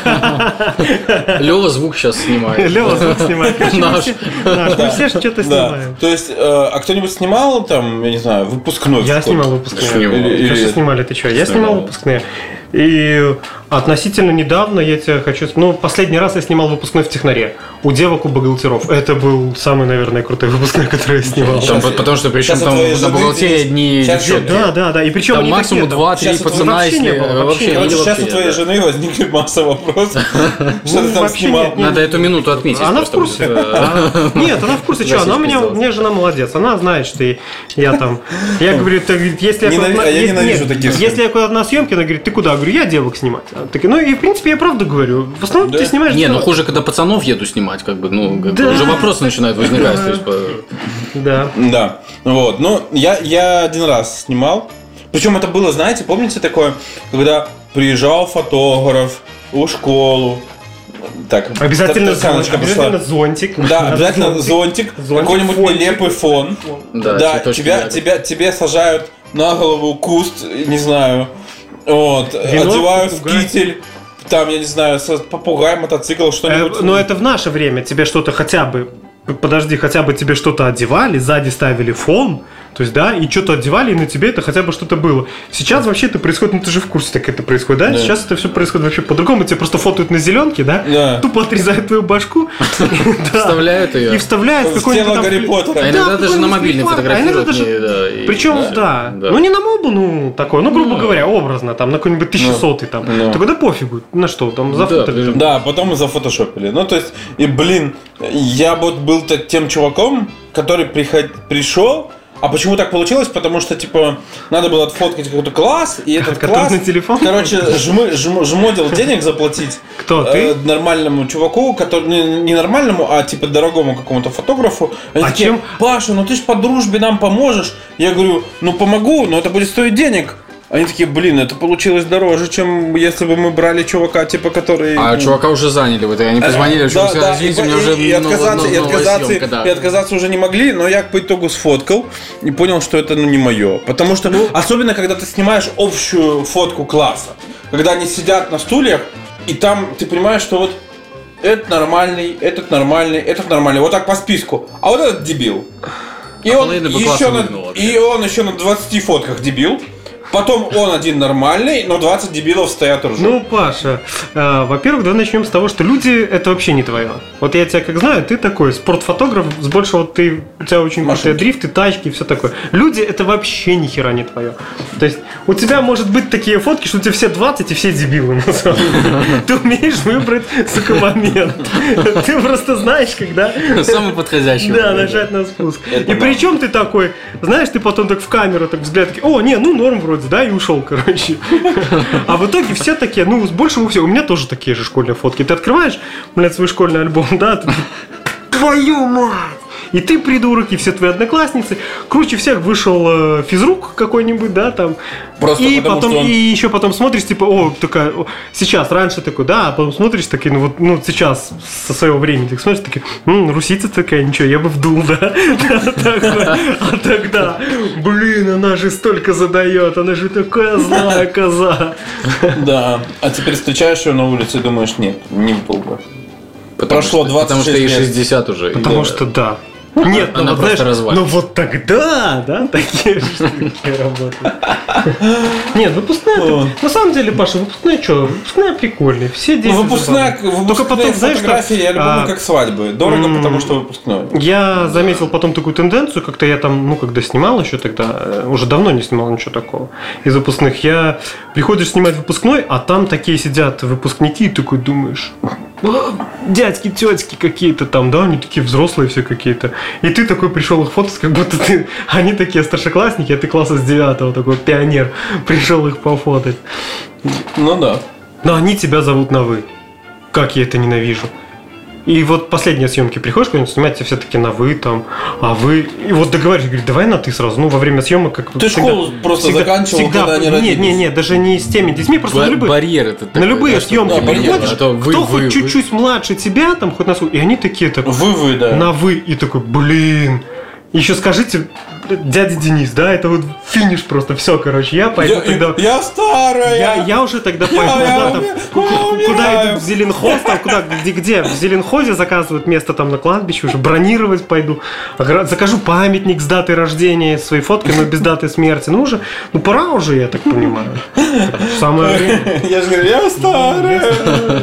Лёва звук сейчас снимает. Лёва звук снимает. Наш. Мы все что-то снимаем. То есть, а кто-нибудь снимал там, я не знаю, выпускной? Я снимал выпускные. Что снимали, ты что? Я снимал выпускные. И Относительно недавно, я тебе хочу... Ну, последний раз я снимал выпускной в Технаре. У девок, у бухгалтеров. Это был самый, наверное, крутой выпускной, который я снимал. Потому что, причем там на бухгалтерии одни девчонки. Да. И причем там максимум 2-3 пацана, если вообще... Короче, сейчас у твоей жены возникнет масса вопросов. Что ты там снимал? Надо эту минуту отметить. Она в курсе. Нет, она в курсе. Что, она у меня жена молодец. Она знает, что я там... Я говорю, если я куда-то на съемке, она говорит, ты куда? Я говорю, я девок снимать. Ну и в принципе я правду говорю. В основном ты снимаешь. Не, ну хуже, когда пацанов еду снимать, как бы, уже вопросы начинают возникать. Да. Вот. Ну, я один раз снимал. Причем это было, знаете, помните такое, когда приезжал фотограф в школу. Так, обязательно зонтик. Да, обязательно зонтик. Какой-нибудь нелепый фон. Да, тебе сажают на голову куст, не знаю. Вот, одевают в китель, там, я не знаю, попугай, мотоцикл, что-нибудь. Но это в наше время тебе что-то хотя бы тебе что-то одевали, сзади ставили фон, то есть, да, и что-то одевали, и на тебе это хотя бы что-то было. Сейчас вообще это происходит, ну ты же в курсе, так это происходит, да? Сейчас это все происходит вообще по-другому, тебе просто фотают на зеленке, да? Тупо отрезают твою башку, вставляют ее. И вставляют в какой-нибудь там... Гарри Поттера. А иногда даже на мобильный фотографируют. Причем, да, ну не на мобу, ну такое, ну грубо говоря, образно, там, на какой-нибудь 1100 там. Такой, да пофигу, на что, там, зафотали. Да, потом зафотошопили. Ну, то есть, и, блин, я вот был тем чуваком, который пришел. А почему так получилось? Потому что, типа, надо было отфоткать какой-то класс, и этот класс, на телефон? короче, жмодил денег заплатить. Кто, ты? Нормальному чуваку, который, не нормальному, а, типа, дорогому какому-то фотографу. Они такие, чем? Паша, ну ты ж по дружбе нам поможешь. Я говорю, ну помогу, но это будет стоить денег. Они такие, блин, это получилось дороже, чем если бы мы брали чувака, типа, который... А чувака уже заняли, вот они позвонили, что да, извините, мне уже и отказаться уже не могли, но я по итогу сфоткал и понял, что это не мое. Потому что, особенно, когда ты снимаешь общую фотку класса, когда они сидят на стульях, и там ты понимаешь, что вот этот нормальный, этот нормальный, этот нормальный, вот так по списку, а вот этот дебил. И он еще на 20 фотках дебил. Потом он один нормальный, но 20 дебилов стоят ржут. Ну, Паша, во-первых, давай начнем с того, что люди – это вообще не твое. Вот я тебя как знаю, ты такой спортфотограф, с большего у тебя очень крутые дрифты, тачки и все такое. Люди – это вообще ни хера не твое. То есть у тебя может быть такие фотки, что у тебя все 20 и все дебилы, на самом деле. Ты умеешь выбрать, сука, момент. Ты просто знаешь, когда… Самый подходящий. Да, нажать на спуск. И причем ты такой, знаешь, ты потом так в камеру так взгляд, о, не, ну норм вроде. Да, и ушел, короче. А в итоге все такие, ну, с большего всего. У меня тоже такие же школьные фотки. Ты открываешь, блядь, свой школьный альбом, да? Твою мать! И ты придурок, и все твои одноклассницы. Круче всех вышел физрук какой-нибудь, да, там. Просто и потом, и еще потом смотришь, типа, такая, сейчас, раньше такой, да, а потом смотришь, такие, ну сейчас, со своего времени, так смотришь, такие, русица такая, ничего, я бы вдул, да. А тогда, блин, она же столько задает, она же такая злая коза. Да, а теперь встречаешь ее на улице и думаешь, нет, не вдул бы. Прошло 26 лет. Потому что ей 60 уже. Потому что да. Нет, она просто развалится. Ну вот тогда, да, такие штуки работают. Нет, выпускная, на самом деле, Паша, выпускная что? Выпускная прикольная, все дети. Выпускная фотографии я люблю как свадьбы. Дорого, потому что выпускной. Я заметил потом такую тенденцию, как-то я там, когда снимал еще тогда, уже давно не снимал ничего такого из выпускных. Приходишь снимать выпускной, а там такие сидят выпускники, и такой думаешь, дядьки, тетки какие-то там, да, они такие взрослые все какие-то. И ты такой пришел их фотать, как будто они такие старшеклассники, а ты класса с 9-го, такой пионер, пришел их пофотать. Ну да. Но они тебя зовут на «вы». Как я это ненавижу. И вот последние съемки приходишь куда-нибудь снимать, все таки на «вы» там, а «вы». И вот договариваешься, говорит, давай на «ты» сразу. Ну, во время съемок как ты всегда, школу просто заканчивал, когда они родились. Нет, даже не с теми детьми, просто на любые. Барьер это такой, на любые съемки приходишь, кто вы, хоть чуть-чуть младше тебя, там, хоть на свой, и они такие, вы, да. На «вы», и такой, блин. Еще скажите, дядя Денис, да, это вот финиш просто, все, короче, я пойду тогда... Я старая! Я уже тогда пойду, да, там, куда идут в Зеленхоз, там, где в Зеленхозе заказывают место там на кладбище, уже бронировать пойду, закажу памятник с датой рождения, своей фоткой, но без даты смерти, пора уже, я так понимаю. Самое время. Я же говорю, я старая!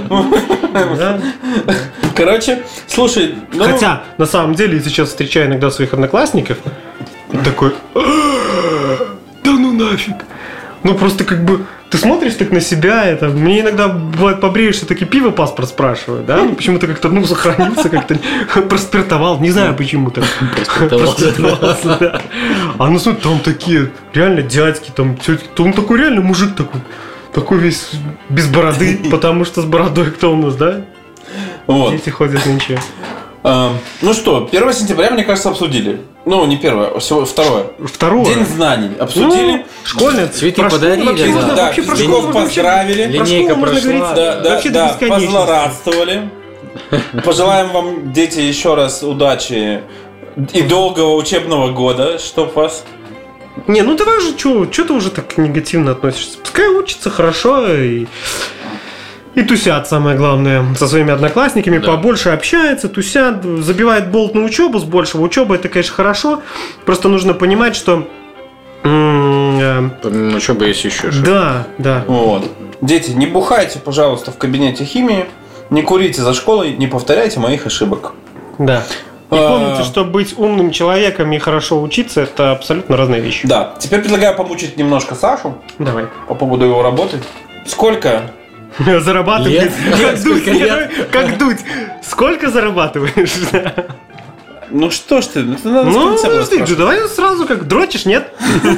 Короче, слушай... Хотя, на самом деле, я сейчас встречаю иногда своих одноклассников, такой, да ну нафиг. Просто как бы, ты смотришь так на себя, это, мне иногда бывает побреешься, таки пиво паспорт спрашивают, да, почему-то как-то, сохранился, как-то проспиртовал, не знаю почему так. Проспиртовался, да. А смотри, там такие, реально дядьки, там такой реально мужик такой весь без бороды, потому что с бородой кто у нас, да? Вот. Дети ходят нынче. Ну что, 1 сентября, мне кажется, обсудили. Ну, не 1, а всего 2. День знаний обсудили. Школьные цветы подарили. Да, Петухов поздравили. Линейка прошла. Да, позлорадствовали. Пожелаем вам, дети, еще раз удачи и долгого учебного года, чтоб вас... давай уже, что ты уже так негативно относишься? Пускай учится хорошо и тусят, самое главное, со своими одноклассниками, побольше общается, тусят, забивает болт на учебу с большего. Учеба это, конечно, хорошо, просто нужно понимать, что... Помимо учебы есть еще что-то. Да. Вот. Дети, не бухайте, пожалуйста, в кабинете химии, не курите за школой, не повторяйте моих ошибок. Да. И помните, что быть умным человеком и хорошо учиться – это абсолютно разные вещи. Да. Теперь предлагаю помучить немножко Сашу. Давай. По поводу его работы. Сколько... Зарабатывает. Как дуть. Сколько зарабатываешь? Ну что ж ты, давай сразу как дрочишь, нет?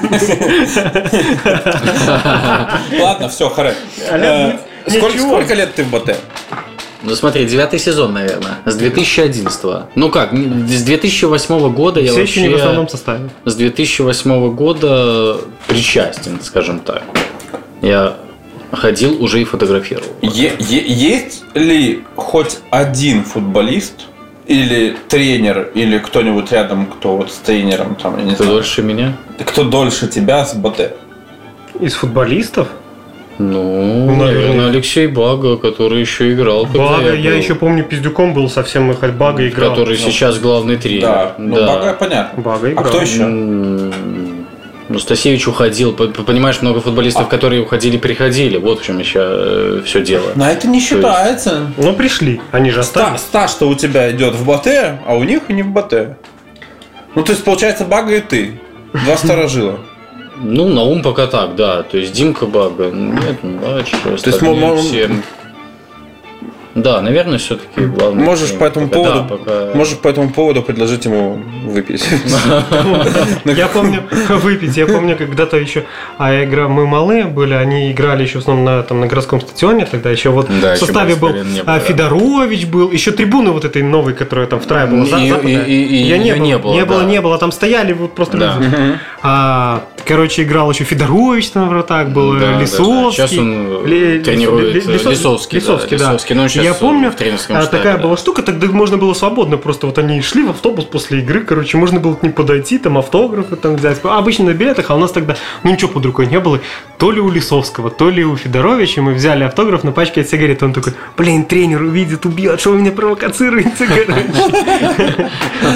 Ладно, все, харе. Сколько лет ты в БТ? Смотри, 9-й сезон, наверное, с 2011-го. С 2008 года я вообще... Все еще не в основном составе. С 2008 года причастен, скажем так. Я ходил уже и фотографировал. Есть ли хоть один футболист или тренер, или кто-нибудь рядом, кто вот с тренером, там, я не знаю. Кто дольше меня? Кто дольше тебя с БТ? Из футболистов? Наверное, Алексей Бага, который еще играл. Бага, я еще помню, пиздюком был совсем, хоть Бага играл. Который сейчас главный тренер. Да. Бага, понятно. Бага играл. А кто еще? Стасевич уходил. Понимаешь, много футболистов, которые уходили, приходили. Вот в чем еще все дело. Но это не считается. Пришли, они же остались. Стаж-то у тебя идет в БТ, а у них и не в БТ. То есть, получается, Бага и ты. Два старожила. На ум пока так, да. То есть Димка Бага, нет, младше. То есть все... Да, наверное, все-таки главное. Можешь по этому поводу предложить ему выпить. Я помню, когда-то еще мы малые были, они играли еще в основном на городском стадионе, тогда еще вот в составе был Федорович был, еще трибуны вот этой новой, которая там вторая была западная. Ее не было, там стояли вот просто люди. Короче, играл еще Федорович там в вратах был, Лисовский. Сейчас он тренирует Лисовский, да. Я помню, такая была штука, тогда можно было свободно, просто вот они шли в автобус после игры, короче, можно было к ним подойти, там автографы там взять. Обычно на билетах, а у нас тогда, ничего под рукой не было, то ли у Лисовского, то ли у Федоровича, мы взяли автограф на пачке от сигарет, он такой, тренер увидит, убьет, что вы меня провокацируете, короче.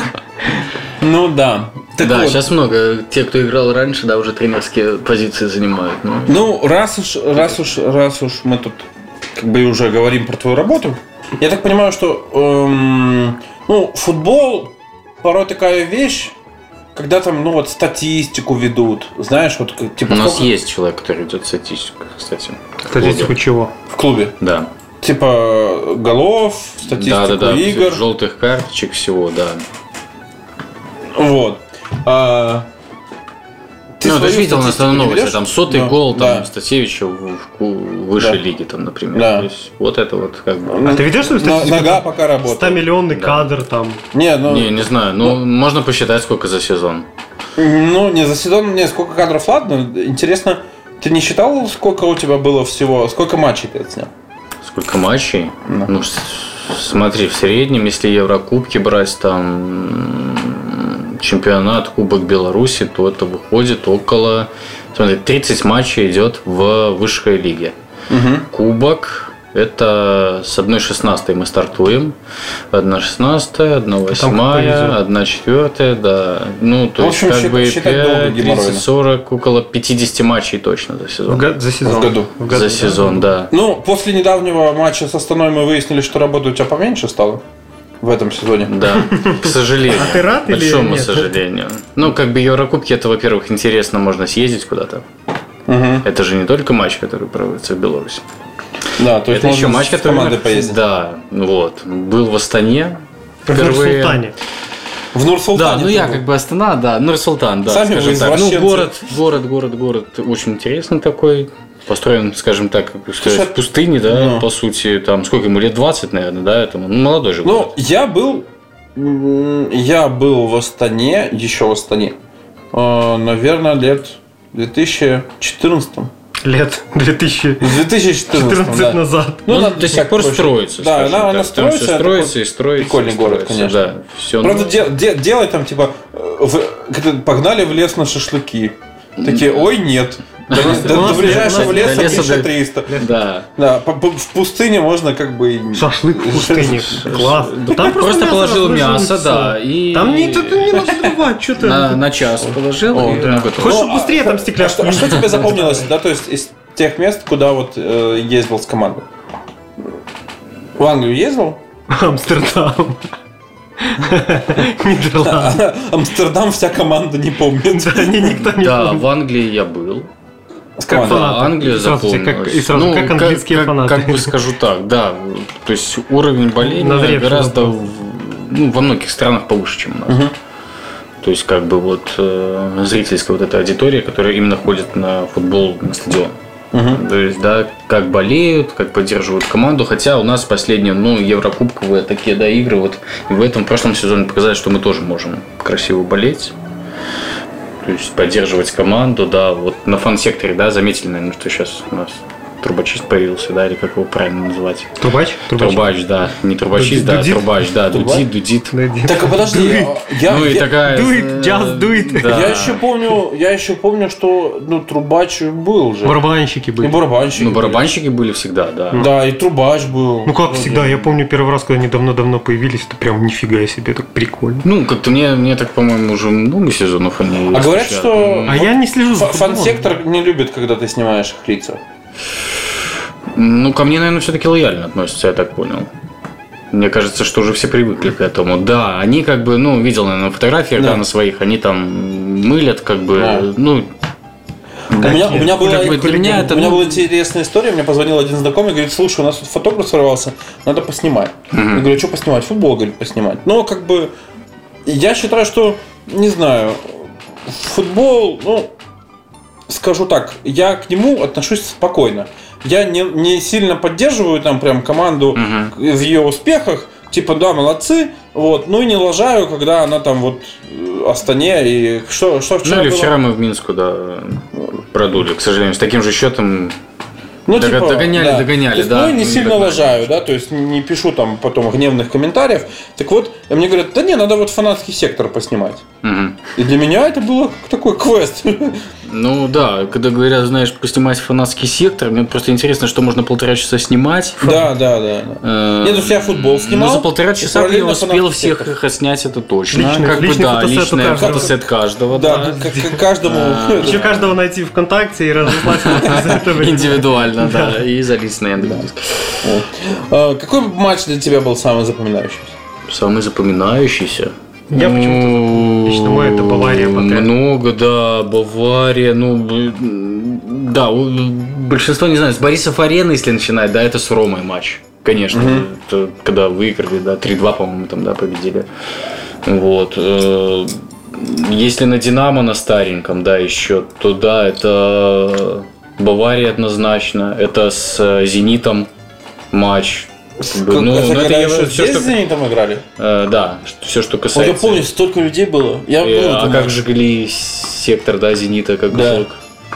Да. Да, сейчас много тех, кто играл раньше, да, уже тренерские позиции занимают. Раз уж мы тут как бы уже говорим про твою работу, я так понимаю, что футбол порой такая вещь, когда там статистику ведут, знаешь, типа. У нас есть человек, который ведет статистику, кстати. Статистику чего? В клубе. Да. Типа голов, статистику игр, желтых карточек, всего, да. Вот. Ты же видел на основной новости, там 100-й гол там Стасевича в высшей лиге, там, например. Да. То есть вот это вот как бы. А ты видишь, что статистику? Нога пока работает. 100-миллионный кадр там. Не знаю. Можно посчитать, сколько за сезон. Не за сезон, сколько кадров, ладно. Интересно, ты не считал, сколько у тебя было всего, сколько матчей ты отснял? Сколько матчей? Смотри, в среднем, если Еврокубки брать, там чемпионат, Кубок Беларуси, то это выходит около... Смотри, 30 матчей идет в высшей лиге. Кубок... Это с 1/16 мы стартуем. 1/16, 1/8, 1/4, да. Ну, то есть, как бы 5, 30, 40, около 50 матчей точно за сезон. За сезон. В году. За сезон, да. Ну, после недавнего матча с Астаной мы выяснили, что работа у тебя поменьше стала в этом сезоне. Да, к сожалению. А ты рад или большому нет? сожалению. Ну, как бы Еврокубки, это, во-первых, интересно, можно съездить куда-то. Это же не только матч, который проводится в Беларуси. Да, то есть это еще матч, с командой поездить. Да, вот. Был в Астане. В Нур-Султане. В Нур-Султане. Да, ну я как бы Астана, да, Нур-Султан, да. Сами вы извращенцы. Ну, город очень интересный такой. Построен, скажем так, в пустыне, да, по сути. Там сколько ему, лет 20, наверное, да, этому. Ну, молодой же город. Ну, я был в Астане, еще в Астане, наверное, лет 2014. Лет 2014 да. назад. Ну, она до сих пор строится. Да, она строится. Все строится и строится. Прикольный город, конечно. Да, все. Правда, делать там, типа, погнали в лес на шашлыки. Такие, ой, нет. До ближайшего леса 1300. Да. Да, в пустыне можно как бы... Шашлык в пустыне. Класс. Там просто положил мясо, да. Там не надо взрывать, что-то. На час положил. Хочешь, чтобы быстрее там стекляшку. А что тебе запомнилось, да, то есть из тех мест, куда вот ездил с командой? В Англию ездил? Амстердам. Нидерланды. Амстердам вся команда не помнит. Никто не Да, помнит. в Англии я был. Как да, Англия запомнилась. И сразу, как английские фанаты. Как бы скажу так, да. То есть уровень боления гораздо во многих странах повыше, чем у нас. То есть, как бы вот зрительская вот эта аудитория, которая именно ходит на футбол на стадион. То есть, да, как болеют, как поддерживают команду. Хотя у нас последние, еврокубковые такие, да, игры. Вот и в прошлом сезоне показали, что мы тоже можем красиво болеть. То есть поддерживать команду, да. Вот на фан-секторе, да, заметили, наверное, что сейчас у нас трубочист появился, да, или как его правильно называть? Трубач? Трубач, да. Не трубочист, да, трубач, да. Дудит. Так, подожди. Ну и такая... Do it, just do it. Я еще помню, что трубач был же. Барабанщики были. И барабанщики. Ну, барабанщики были всегда, да. Да, и трубач был. Ну, как всегда, я помню первый раз, когда они давно-давно появились, это прям нифига себе, так прикольно. Ну, как-то мне так, по-моему, уже много сезонов они... А говорят, что... А я не слежу за футболом. Фан-сектор не любит, когда ты снимаешь их лица. Ну, ко мне, наверное, все-таки лояльно относятся, я так понял. Мне кажется, что уже все привыкли к этому. Да, они как бы, видел, наверное, на фотографиях, да, на своих, они там мылят, как бы, У меня была интересная история. Мне позвонил один знакомый, говорит: слушай, у нас тут фотограф сорвался, надо поснимать. Я говорю: что поснимать? Футбол, говорит, поснимать. Но как бы я считаю, что, не знаю, футбол, скажу так, я к нему отношусь спокойно. Я не сильно поддерживаю там прям команду в ее успехах. Типа, да, молодцы, вот, и не лажаю, когда она там вот Астане и что вчера или было? Вчера мы в Минску, да, продули, к сожалению, с таким же счетом. Догоняли, да. Не сильно лажаю, да, то есть не пишу там потом гневных комментариев. Так вот, мне говорят: да не, надо вот фанатский сектор поснимать. И для меня это было как такой квест. Ну да, когда говорят, знаешь, поснимать фанатский сектор, мне просто интересно, что можно 1,5 часа снимать. Да. Нет, я футбол снимал. За 1,5 часа я успел всех их отснять, это точно. Личный фотосет каждого. Да, каждому. Еще каждого найти ВКонтакте и разослать индивидуально, да, и залить на Яндекс.Диск. Какой матч для тебя был самый запоминающийся? Самый запоминающийся? Я почему-то лично мой это Бавария пока. Много, да, Бавария, да, большинство, не знаю, с Борисов-Арены, если начинать, да, это суровый матч, конечно, это, когда выиграли, да, 3-2, по-моему, там, да, победили, вот, если на Динамо на стареньком, да, еще, то да, это Бавария однозначно, это с Зенитом матч. Это все, что с Зенитом играли? Да, все, что касается... Я помню, столько людей было. А как же сектор, да, Зенита, как бы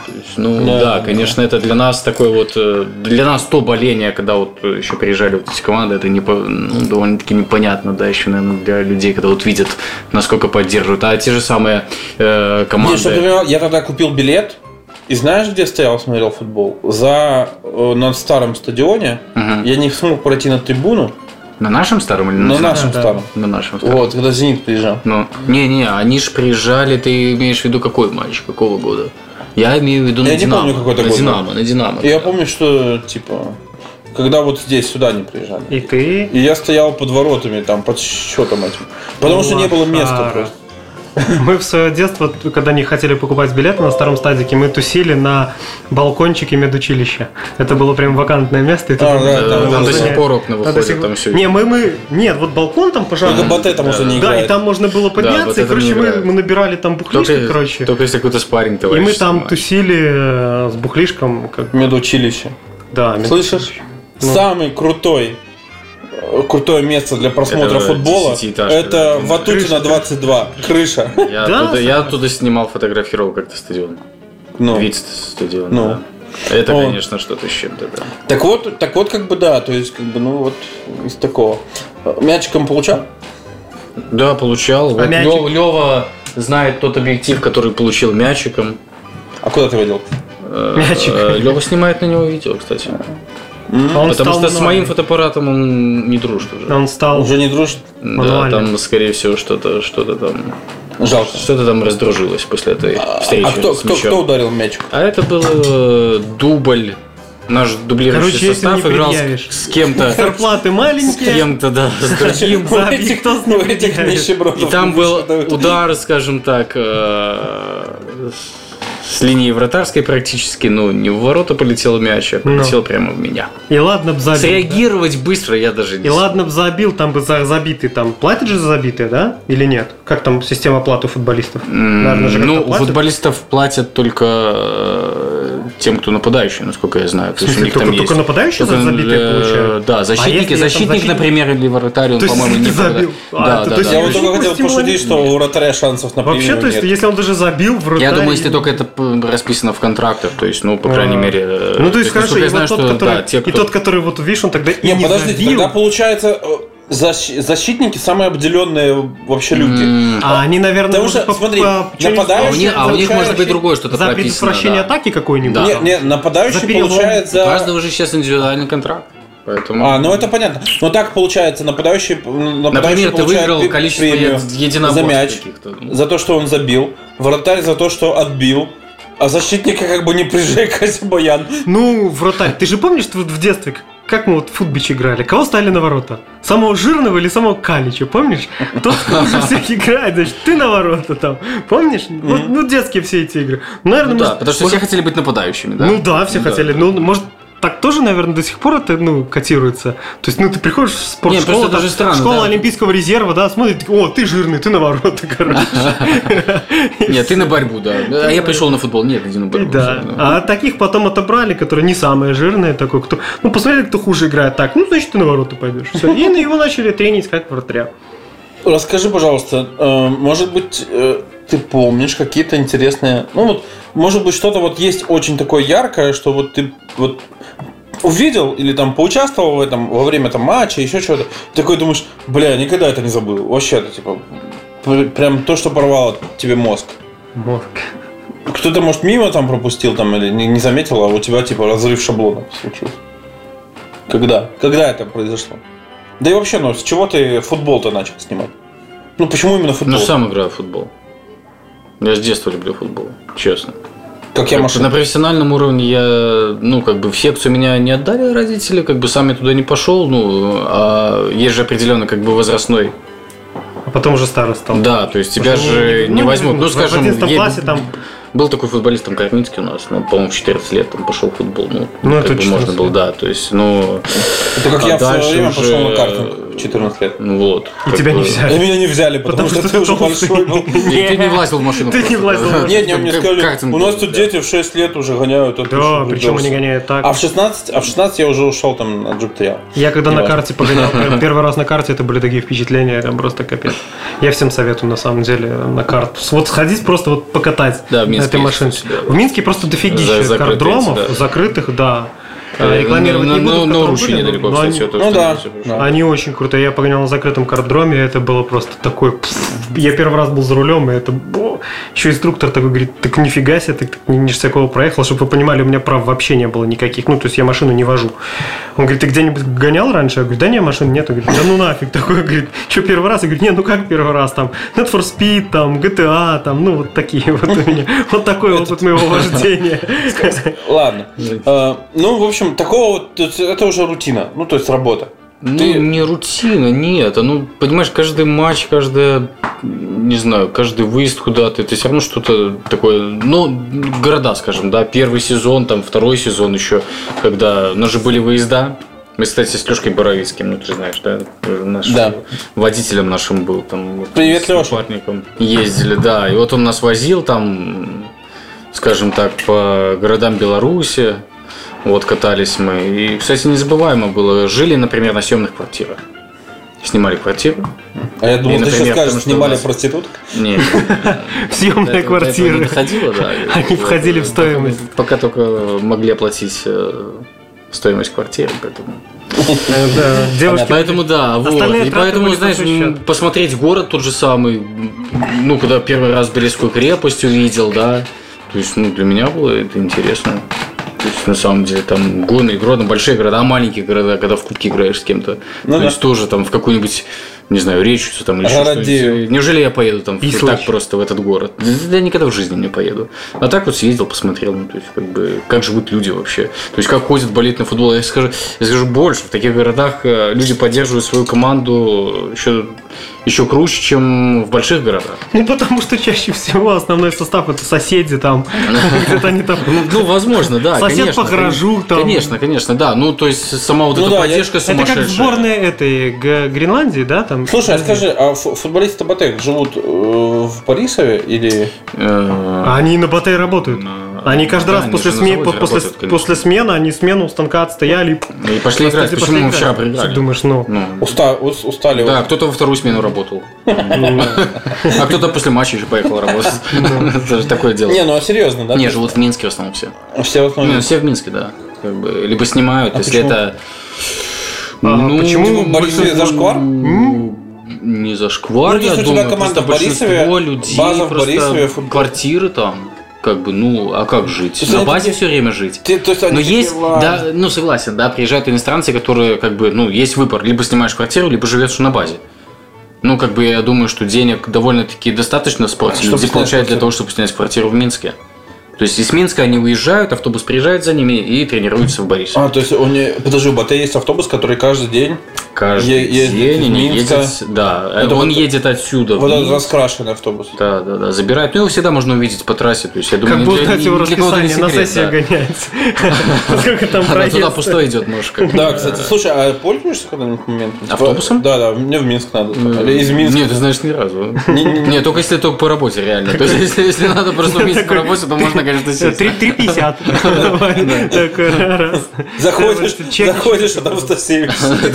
Да, конечно, это для нас такое вот, для нас то боление, когда вот еще приезжали вот эти команды, это довольно-таки непонятно, да, еще, наверное, для людей, когда вот видят, насколько поддерживают. А те же самые команды... Я тогда купил билет, и знаешь, где стоял, смотрел футбол? На старом стадионе. Я не смог пройти на трибуну. На нашем старом или на нашем старом? На нашем старом. Вот, когда «Зенит» приезжал. Они же приезжали, ты имеешь в виду какой матч, какого года? Я имею в виду на «Динамо». Я не помню, какой это год. На «Динамо». Я помню, что, типа, когда вот здесь, сюда не приезжали. И ты? И я стоял под воротами, там, под счетом этим. Потому что не было места просто. Мы в свое детство, когда не хотели покупать билеты на старом стадике, мы тусили на балкончике медучилища. Это было прям вакантное место. Там до сих пор окна выходят, там все. Нет, вот балкон там, пожалуйста. ГБТ там уже не играет. Да, и там можно было подняться, и, короче, мы набирали там бухлишко, короче. Только если какой-то спарринг товарищ. И мы там тусили с бухлишком. Медучилище. Да, слышишь? Самый крутое место для просмотра футбола – это Ватутина 22, крыша. Я оттуда снимал, фотографировал как-то стадион. Вид стадиона. Да. Это, конечно, что-то с чем-то, да. Так вот, как бы, да, то есть, как бы, вот из такого. Мячиком получал? Да, получал. Вот Лёва знает тот объектив, который получил мячиком. А куда ты водил? Мячик. Лёва снимает на него видео, кстати. Потому что с моим фотоаппаратом он не дружит уже. Он стал уже не дружит? Да, там, скорее всего, что-то там. Жалко. Что-то там раздружилось после этой встречи. А кто ударил мячик? А это был дубль. Наш дублирующий состав играл с кем-то. Зарплаты маленькие. С кем-то, да, с другим. И там был удар, скажем так, с линии вратарской практически, не в ворота полетел мяч, а полетел прямо в меня. И ладно б забил. Среагировать быстро я даже не И ладно б забил, там бы за забитый, там платят же за забитые, да? Или нет? Как там система оплаты у футболистов? У футболистов платят только тем, кто нападающий, насколько я знаю. В смысле, только нападающие за забитые получают? Да, защитник, например, или вратарь, он, по-моему, не забил. Я вот только хотел пошутить, что у вратаря шансов на премию нет. Вообще, то есть, если он даже забил, вратарь... Я думаю, если только это расписано в контрактах, то есть, по крайней мере... то есть, хорошо, и тот, который, вот, видишь, он тогда и не подождите, тогда получается... Защитники самые обделенные вообще люди. Они, наверное, потому что, смотри, нападающий. А у них может быть другое что-то прописано. За предотвращение атаки какой-нибудь. Нет, нападающий получает за... У каждого же сейчас индивидуальный контракт. Поэтому... это понятно. Но так получается, нападающий например, ты выиграл количество единоборств за мяч, за то, что он забил, вратарь за то, что отбил. А защитника как бы не прижей, Катя Баян. Вратарь, ты же помнишь, что в детстве, как мы вот в футбич играли? Кого ставили на ворота? Самого жирного или самого Калича, помнишь? Тот, кто лучше всех играет, значит, ты на ворота там. Помнишь? Детские все эти игры. Наверное, потому что все хотели быть нападающими, да? Все хотели. Может, так тоже, наверное, до сих пор это, котируется. То есть, ты приходишь в спортшколу, это же странно, школа Олимпийского резерва, да, смотрит, ты жирный, ты на ворота, короче. Нет, ты на борьбу, да. А я пришел на футбол, нет, иди на борьбу. Да. А таких потом отобрали, которые не самые жирные, такой, кто... посмотрели, кто хуже играет, так, значит, ты на ворота пойдешь. Все. И на его начали тренить как вратаря. Расскажи, пожалуйста, может быть, ты помнишь какие-то интересные... может быть, что-то вот есть очень такое яркое, что вот ты вот увидел или там поучаствовал в этом во время матча, еще чего-то, такой думаешь, никогда это не забыл. Вообще-то, типа, прям то, что порвало тебе мозг. Кто-то, может, мимо там пропустил там или не заметил, а у тебя, типа, разрыв шаблона случился. Когда? Когда это произошло? Да и вообще, с чего ты футбол-то начал снимать? Почему именно футбол? Сам играю в футбол. Я с детства люблю футбол, честно. Как я машина. На профессиональном уровне я, в секцию меня не отдали родители, сам я туда не пошел, а есть же определенно, возрастной. А потом уже старость стал. Да, то есть тебя же не возьмут. Скажем, в 11 классе там... Был такой футболист, Карницкий у нас, по-моему, в 14 лет пошел в футбол. Это можно было, да, то есть, Это как я в свое время пошел на картинг. 14 лет. Ну вот. И тебя не взяли. И меня не взяли, потому что ты уже большой был. И ты не влазил в машину. Ты не влазил в машину. Нет, мне сказали, у нас тут дети в 6 лет уже гоняют. Да, причем они гоняют так. А в 16 я уже ушел там на Jeep Trail. Я когда на карте погонял, первый раз на карте, это были такие впечатления, там просто капец. Я всем советую, на самом деле, на карту. Вот сходить просто вот покатать на этой машине. В Минске просто дофигища картдромов, закрытых, да. Рекламировать не буду. Но Ручи недалеко, кстати. Ну да. Они очень крутые. Я погонял на закрытом картдроме, это было просто такой... Я первый раз был за рулем, и это... Еще инструктор такой говорит, так нифига себе, ты ниже всякого проехал, чтобы вы понимали, у меня прав вообще не было никаких. Ну, то есть я машину не вожу. Он говорит, ты где-нибудь гонял раньше? Я говорю, да нет, машины нет. Он говорит, да ну нафиг. Такой, говорит, что первый раз? Я говорю, нет, ну как первый раз? Там Need for Speed, там GTA, там, ну вот такие вот у меня. Вот такой опыт моего вождения. Ладно. Ну, в общем, такого, это уже рутина, ну, то есть работа. Не рутина, нет. Ну, понимаешь, каждый матч, каждый выезд куда-то, это все равно что-то такое. Ну, города, скажем, да, первый сезон, там, второй сезон еще, когда у нас же были выезда. Мы, кстати, с Лёшкой Боровицким, ну, ты знаешь, да, водителем нашим был там. Привет, Лёша. С напарником ездили, да. И вот он нас возил там, скажем так, по городам Беларуси. Вот, катались мы. И, кстати, незабываемо было. Жили, например, на съемных квартирах. Снимали квартиру. А я думал, ты сейчас скажешь, снимали проституток? Нет. Съемные квартиры. Не доходило, да. Они входили в стоимость. Пока только могли оплатить стоимость квартиры, поэтому... Девушки. Поэтому да, вот. И поэтому, знаешь, посмотреть город тот же самый. Ну, когда первый раз Белецкую крепость увидел, да. То есть, ну, для меня было это интересно. То есть, на самом деле, там горные города, большие города, а маленькие города, когда в кубки играешь с кем-то. То есть, тоже там в какую-нибудь, не знаю, речицу там или что-нибудь. Неужели я поеду там так просто в этот город? Да я никогда в жизни не поеду. А так вот съездил, посмотрел, ну, то есть, как бы, как живут люди вообще. То есть, как ходят, болеть на футбол. Я скажу больше, в таких городах люди поддерживают свою команду еще круче, чем в больших городах. Ну, потому что чаще всего основной состав – это соседи там. Где-то они там… Ну, возможно, да. Сосед по гаражу там. Конечно, да. Ну, то есть, сама вот эта поддержка сумасшедшая. Это как сборная этой Гренландии, да? Там. Слушай, а скажи, а футболисты Батэ живут в Борисове или… Они на Батэ работают. Они каждый раз после смены, они смену у станка отстояли. И пошли играть. Почему мы вчера проиграли? Ты думаешь, устали. Да, кто-то во вторую смену работал. А кто-то после матча еще поехал работать. Это же такое дело. Не, ну а серьезно, да? Не, живут в Минске в основном все. Все в основном? Все в Минске, да. Либо снимают, если это… Почему? В Борисове зашквар? Не зашквар, я думаю. У тебя команда в Борисове, база в Борисове, квартиры там. Как бы, ну, а как жить? На базе все время жить. Но есть, да, ну, согласен, да, приезжают иностранцы, которые, как бы, ну, есть выбор. Либо снимаешь квартиру, либо живешь на базе. Ну, как бы, я думаю, что денег довольно-таки достаточно в спорте. Люди получают для того, чтобы снять квартиру в Минске. То есть из Минска они уезжают, автобус приезжает за ними и тренируются в Борисове. То есть подожди, у Батэ есть автобус, который каждый день едет, да. Он едет отсюда. Вот этот раскрашенный автобус. Да. Забирает. Ну, его всегда можно увидеть по трассе. То есть, я думаю, как будто его расписание на сессии гоняется. Сколько там проезд. Туда пустой идет ножка. Да, кстати, слушай, а пользуешься когда-нибудь моментом? Автобусом? Да, мне в Минск надо. Или из Минска. Нет, ты знаешь, ни разу. Нет, только если только по работе, реально. То есть, если надо просто вместе по работе, то можно, конечно, сесть. 3,50. Такой раз. Заходишь, а там 170.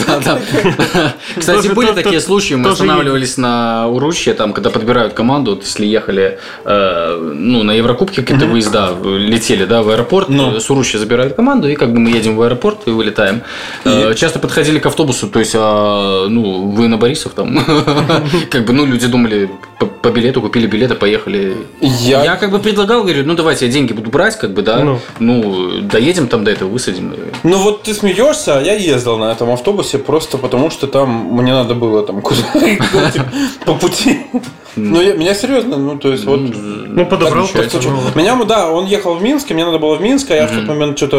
Кстати, были такие случаи, мы останавливались на Уручье, там, когда подбирают команду, если ехали на Еврокубке, какие-то выезда летели, да, в аэропорт, с Уручья забирают команду, и как бы мы едем в аэропорт и вылетаем. Часто подходили к автобусу, то есть, вы на Борисов там, как бы, люди думали, по билету купили билеты, поехали. Я как бы предлагал, говорю, давайте я деньги буду брать, как бы, да, доедем там до этого, высадим. Ну вот ты смеешься, а я ездил на этом автобусе просто потому, что там мне надо было там куда-то по пути. Ну, меня серьезно, то есть вот... подобрал. Меня, да, он ехал в Минск, мне надо было в Минск, а я в тот момент что-то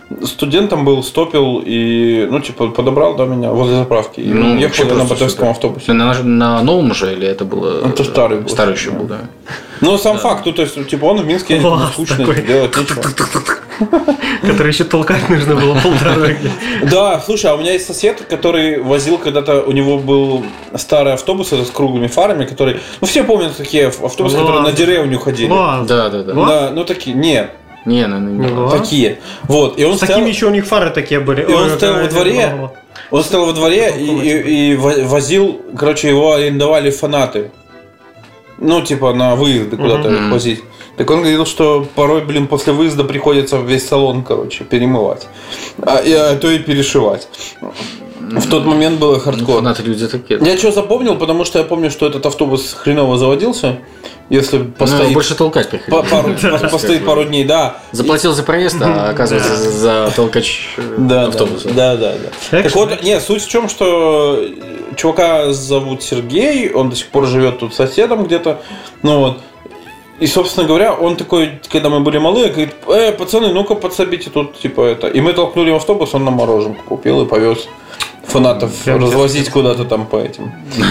студентом был, стопил и, подобрал, да, меня возле заправки. И ехал на БТовском автобусе. На новом уже или это было? Это старый был. Старый еще был, да. Ну, сам факт, то есть, он в Минске ездит, скучно делать нечего. Который еще толкать нужно было полдороги. Да, слушай, а у меня есть сосед, который возил когда-то, у него был старый автобус с круглыми фарами, который, все помнят такие автобусы, которые на деревню ходили. Да. Да, такие, нет. Не, такие. Вот. И он с такими еще у них фары такие были. И он стоял во дворе. Он стоял во дворе и возил, его арендовали фанаты. На выезды куда-то их возить. Так он говорил, что порой, после выезда приходится весь салон, перемывать. А то и перешивать. В тот момент было хардкор. Фанаты люди такие. Я что запомнил, потому что я помню, что этот автобус хреново заводился. Если постоит... больше толкать приходилось. Постоит пару дней, да. Заплатил за проезд, а оказывается за толкач автобуса. Да. Так вот, суть в чем, что чувака зовут Сергей, он до сих пор живет тут соседом где-то. И, собственно говоря, он такой, когда мы были малые, говорит: пацаны, ну-ка подсобите тут, это. И мы толкнули в автобус, он нам мороженку купил и повез фанатов развозить куда-то там по этим.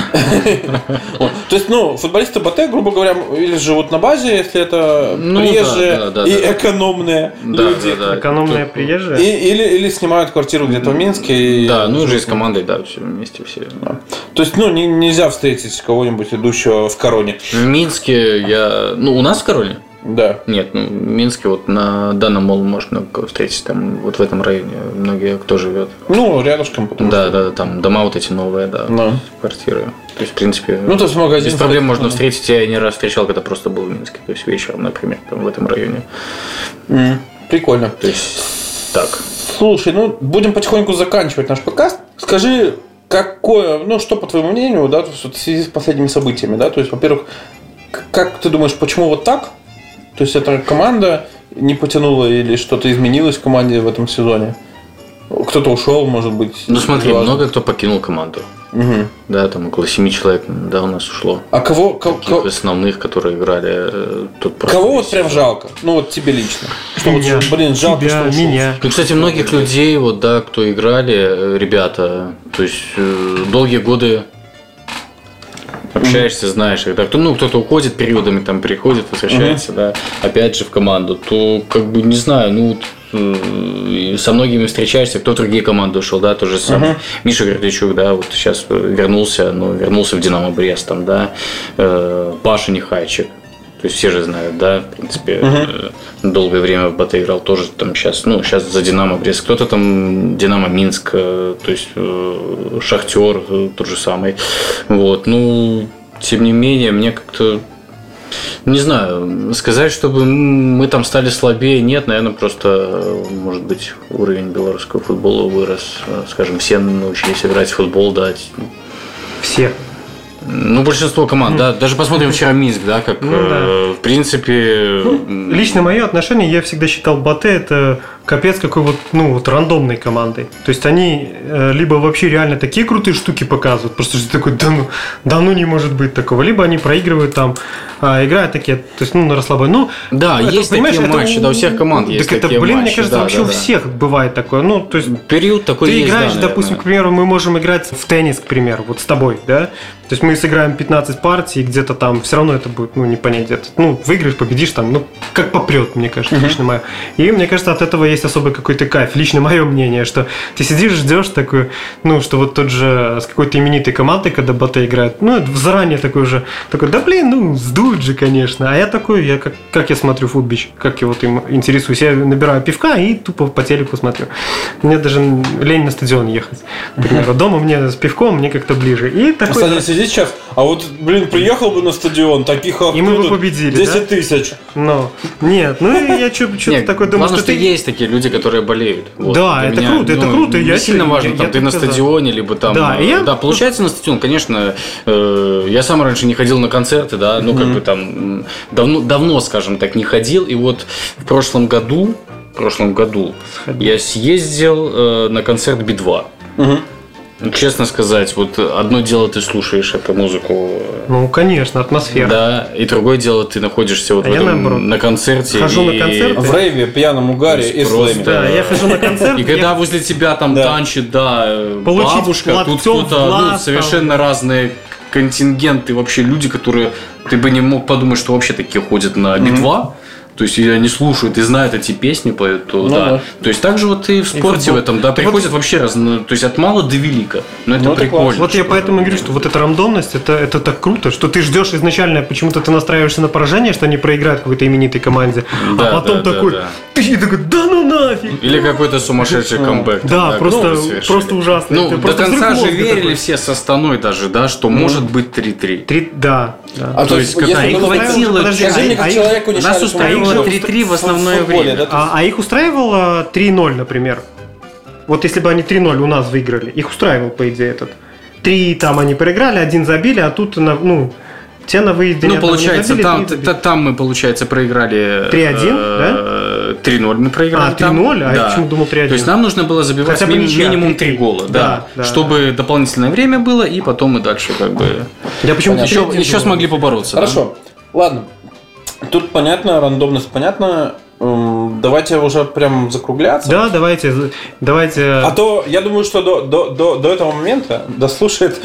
То есть, футболисты БТ, грубо говоря, или живут на базе, если это приезжие и экономные люди. Экономные приезжие. Или снимают квартиру где-то в Минске. Да, уже с командой, да, все вместе все. То есть, нельзя встретить кого-нибудь, идущего в Короне. В Минске у нас в Короне? Да. Нет, в Минске на данном молл можно встретить, там в этом районе многие кто живет. Рядышком. Да, там дома эти новые, да, квартиры. То есть, в принципе, то есть магазин без проблем можно встретить. Я не раз встречал, когда просто был в Минске, то есть вечером, например, там в этом районе. Прикольно. То есть, так. Слушай, будем потихоньку заканчивать наш подкаст. Скажи, что по твоему мнению, да, в связи с последними событиями, да, то есть, во-первых, как ты думаешь, почему вот так? То есть, эта команда не потянула или что-то изменилось в команде в этом сезоне? Кто-то ушел, может быть? Смотри, много кто покинул команду. Угу. Да, там около 7 человек, у нас ушло. А кого основных, которые играли тут. Кого прям жалко? Тебе лично. Что жалко, что ушел. Меня. Кстати, многих людей, кто играли, ребята, то есть долгие годы общаешься, знаешь, когда кто-то уходит периодами, там приходит, возвращается, да, опять же в команду, то не знаю, со многими встречаешься, кто в другие команды ушел, да, тот же самый Миша Гордичук, да, вот сейчас вернулся в Динамо Брест, там, да, Паша Нехайчик. То есть все же знают, да, в принципе, долгое время в БТ играл тоже там сейчас за Динамо Брест, кто-то там Динамо Минск, то есть Шахтер тот же самый. Тем не менее, мне как-то, не знаю, сказать, чтобы мы там стали слабее, нет, наверное, просто, может быть, уровень белорусского футбола вырос, скажем, все научились играть в футбол, да. Все. Большинство команд, да. Даже посмотрим вчера Минск, да, как в принципе. Лично мое отношение, я всегда считал БТ это капец какой рандомной командой. То есть они либо вообще реально такие крутые штуки показывают, просто что такой, не может быть такого, либо они проигрывают там, играют такие, то есть на расслабоне. Да, это, есть такие матчи, у всех команд есть такие матчи. Мне кажется, вообще у всех бывает такое. То есть период такой есть. Ты играешь, допустим, к примеру, мы можем играть в теннис, к примеру, с тобой, да. То есть мы сыграем 15 партий, где-то там все равно это будет, не понять где-то. Выиграешь, победишь там, как попрет, мне кажется, лично мое. И мне кажется, от этого есть особый какой-то кайф. Лично мое мнение, что ты сидишь, ждешь такой, что вот тот же с какой-то именитой командой, когда БТ играет, заранее такой, сдуют же, конечно. А я такой, как я смотрю футбич, как я им интересуюсь. Я набираю пивка и тупо по телеку смотрю. Мне даже лень на стадион ехать. Например, дома мне с пивком, мне как-то ближе. И такой... Сидеть сейчас, приехал бы на стадион, таких и мы бы победили, 10 тысяч. Нет, я что-то такое думаю, что есть такие люди, которые болеют. Да, это круто. Не сильно важно, ты на стадионе, либо там... Да, получается на стадион, конечно, я сам раньше не ходил на концерты, да, давно, скажем так, не ходил, и вот в прошлом году я съездил на концерт Би-2. Честно сказать, вот одно дело ты слушаешь эту музыку. Ну, конечно, атмосфера. Да, и другое дело ты находишься вот на концерте. Хожу на концерт. В рейве, пьяном угаре и слэме. Да, я хожу на концерт. И когда возле тебя там танчит, бабушка, тут кто-то, совершенно разные контингенты, вообще люди, которые ты бы не мог подумать, что вообще такие ходят на Би-2. То есть они слушают и знают эти песни, поют, да. То есть также вот и в спорте в этом, да, приходят вообще то есть от мала до велика. Но это прикольно. Вот я поэтому говорю, что вот эта рандомность, это так круто, что ты ждешь изначально, почему-то ты настраиваешься на поражение, что они проиграют какой-то именитой команде, а потом такой, и такой, да ну нафиг. Или какой-то сумасшедший камбэк. Да, просто ужасно. Ну, до конца же верили все со Станой даже, да, что может быть 3-3. Да. То есть, когда их хватило... Нас устраивало 3-3 в основное время. А их устраивало 3-0, например. Вот если бы они 3-0 у нас выиграли, их устраивал, по идее, этот. 3 там они проиграли, 1 забили, а тут, те на выезде не получается, там мы, получается, проиграли 3-1, да? 3-0 мы проиграли. 3-0? А я почему думал 3-1? То есть нам нужно было забивать минимум 3 гола, да, чтобы дополнительное время было, и потом мы дальше как бы еще смогли побороться. Хорошо, ладно. Тут понятно, рандомность понятна. Давайте уже прям закругляться. Да, давайте. А то я думаю, что до этого момента дослушает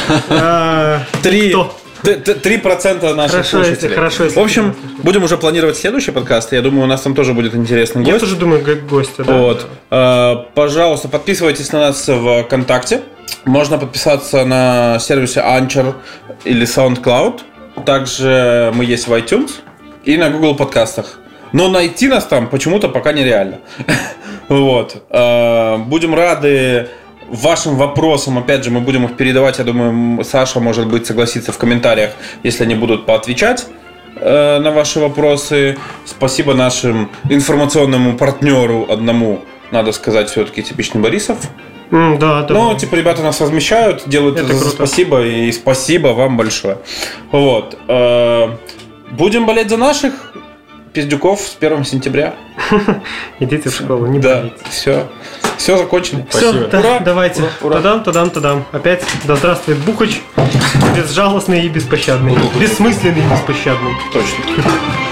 3% наших слушателей. Хорошо, в общем, будем уже планировать следующий подкаст. Я думаю, у нас там тоже будет интересный гость. Я тоже думаю, гостя, да. Вот. Пожалуйста, подписывайтесь на нас в ВКонтакте. Можно подписаться на сервисе Anchor или SoundCloud. Также мы есть в iTunes и на Google подкастах. Но найти нас там почему-то пока нереально. Вот. Будем рады вашим вопросам. Опять же, мы будем их передавать. Я думаю, Саша, может быть, согласится в комментариях, если они будут поотвечать на ваши вопросы. Спасибо нашим информационному партнеру одному, надо сказать, все-таки типичный Борисов. Да. Но ребята нас возмещают, делают это за спасибо, и спасибо вам большое. Вот. Будем болеть за наших пиздюков с 1 сентября. Идите в школу, не болейте. Все закончили. Спасибо. Ура. Давайте. Тадам. Опять да здравствует Бухач. Безжалостный и беспощадный. Бессмысленный и беспощадный. Точно.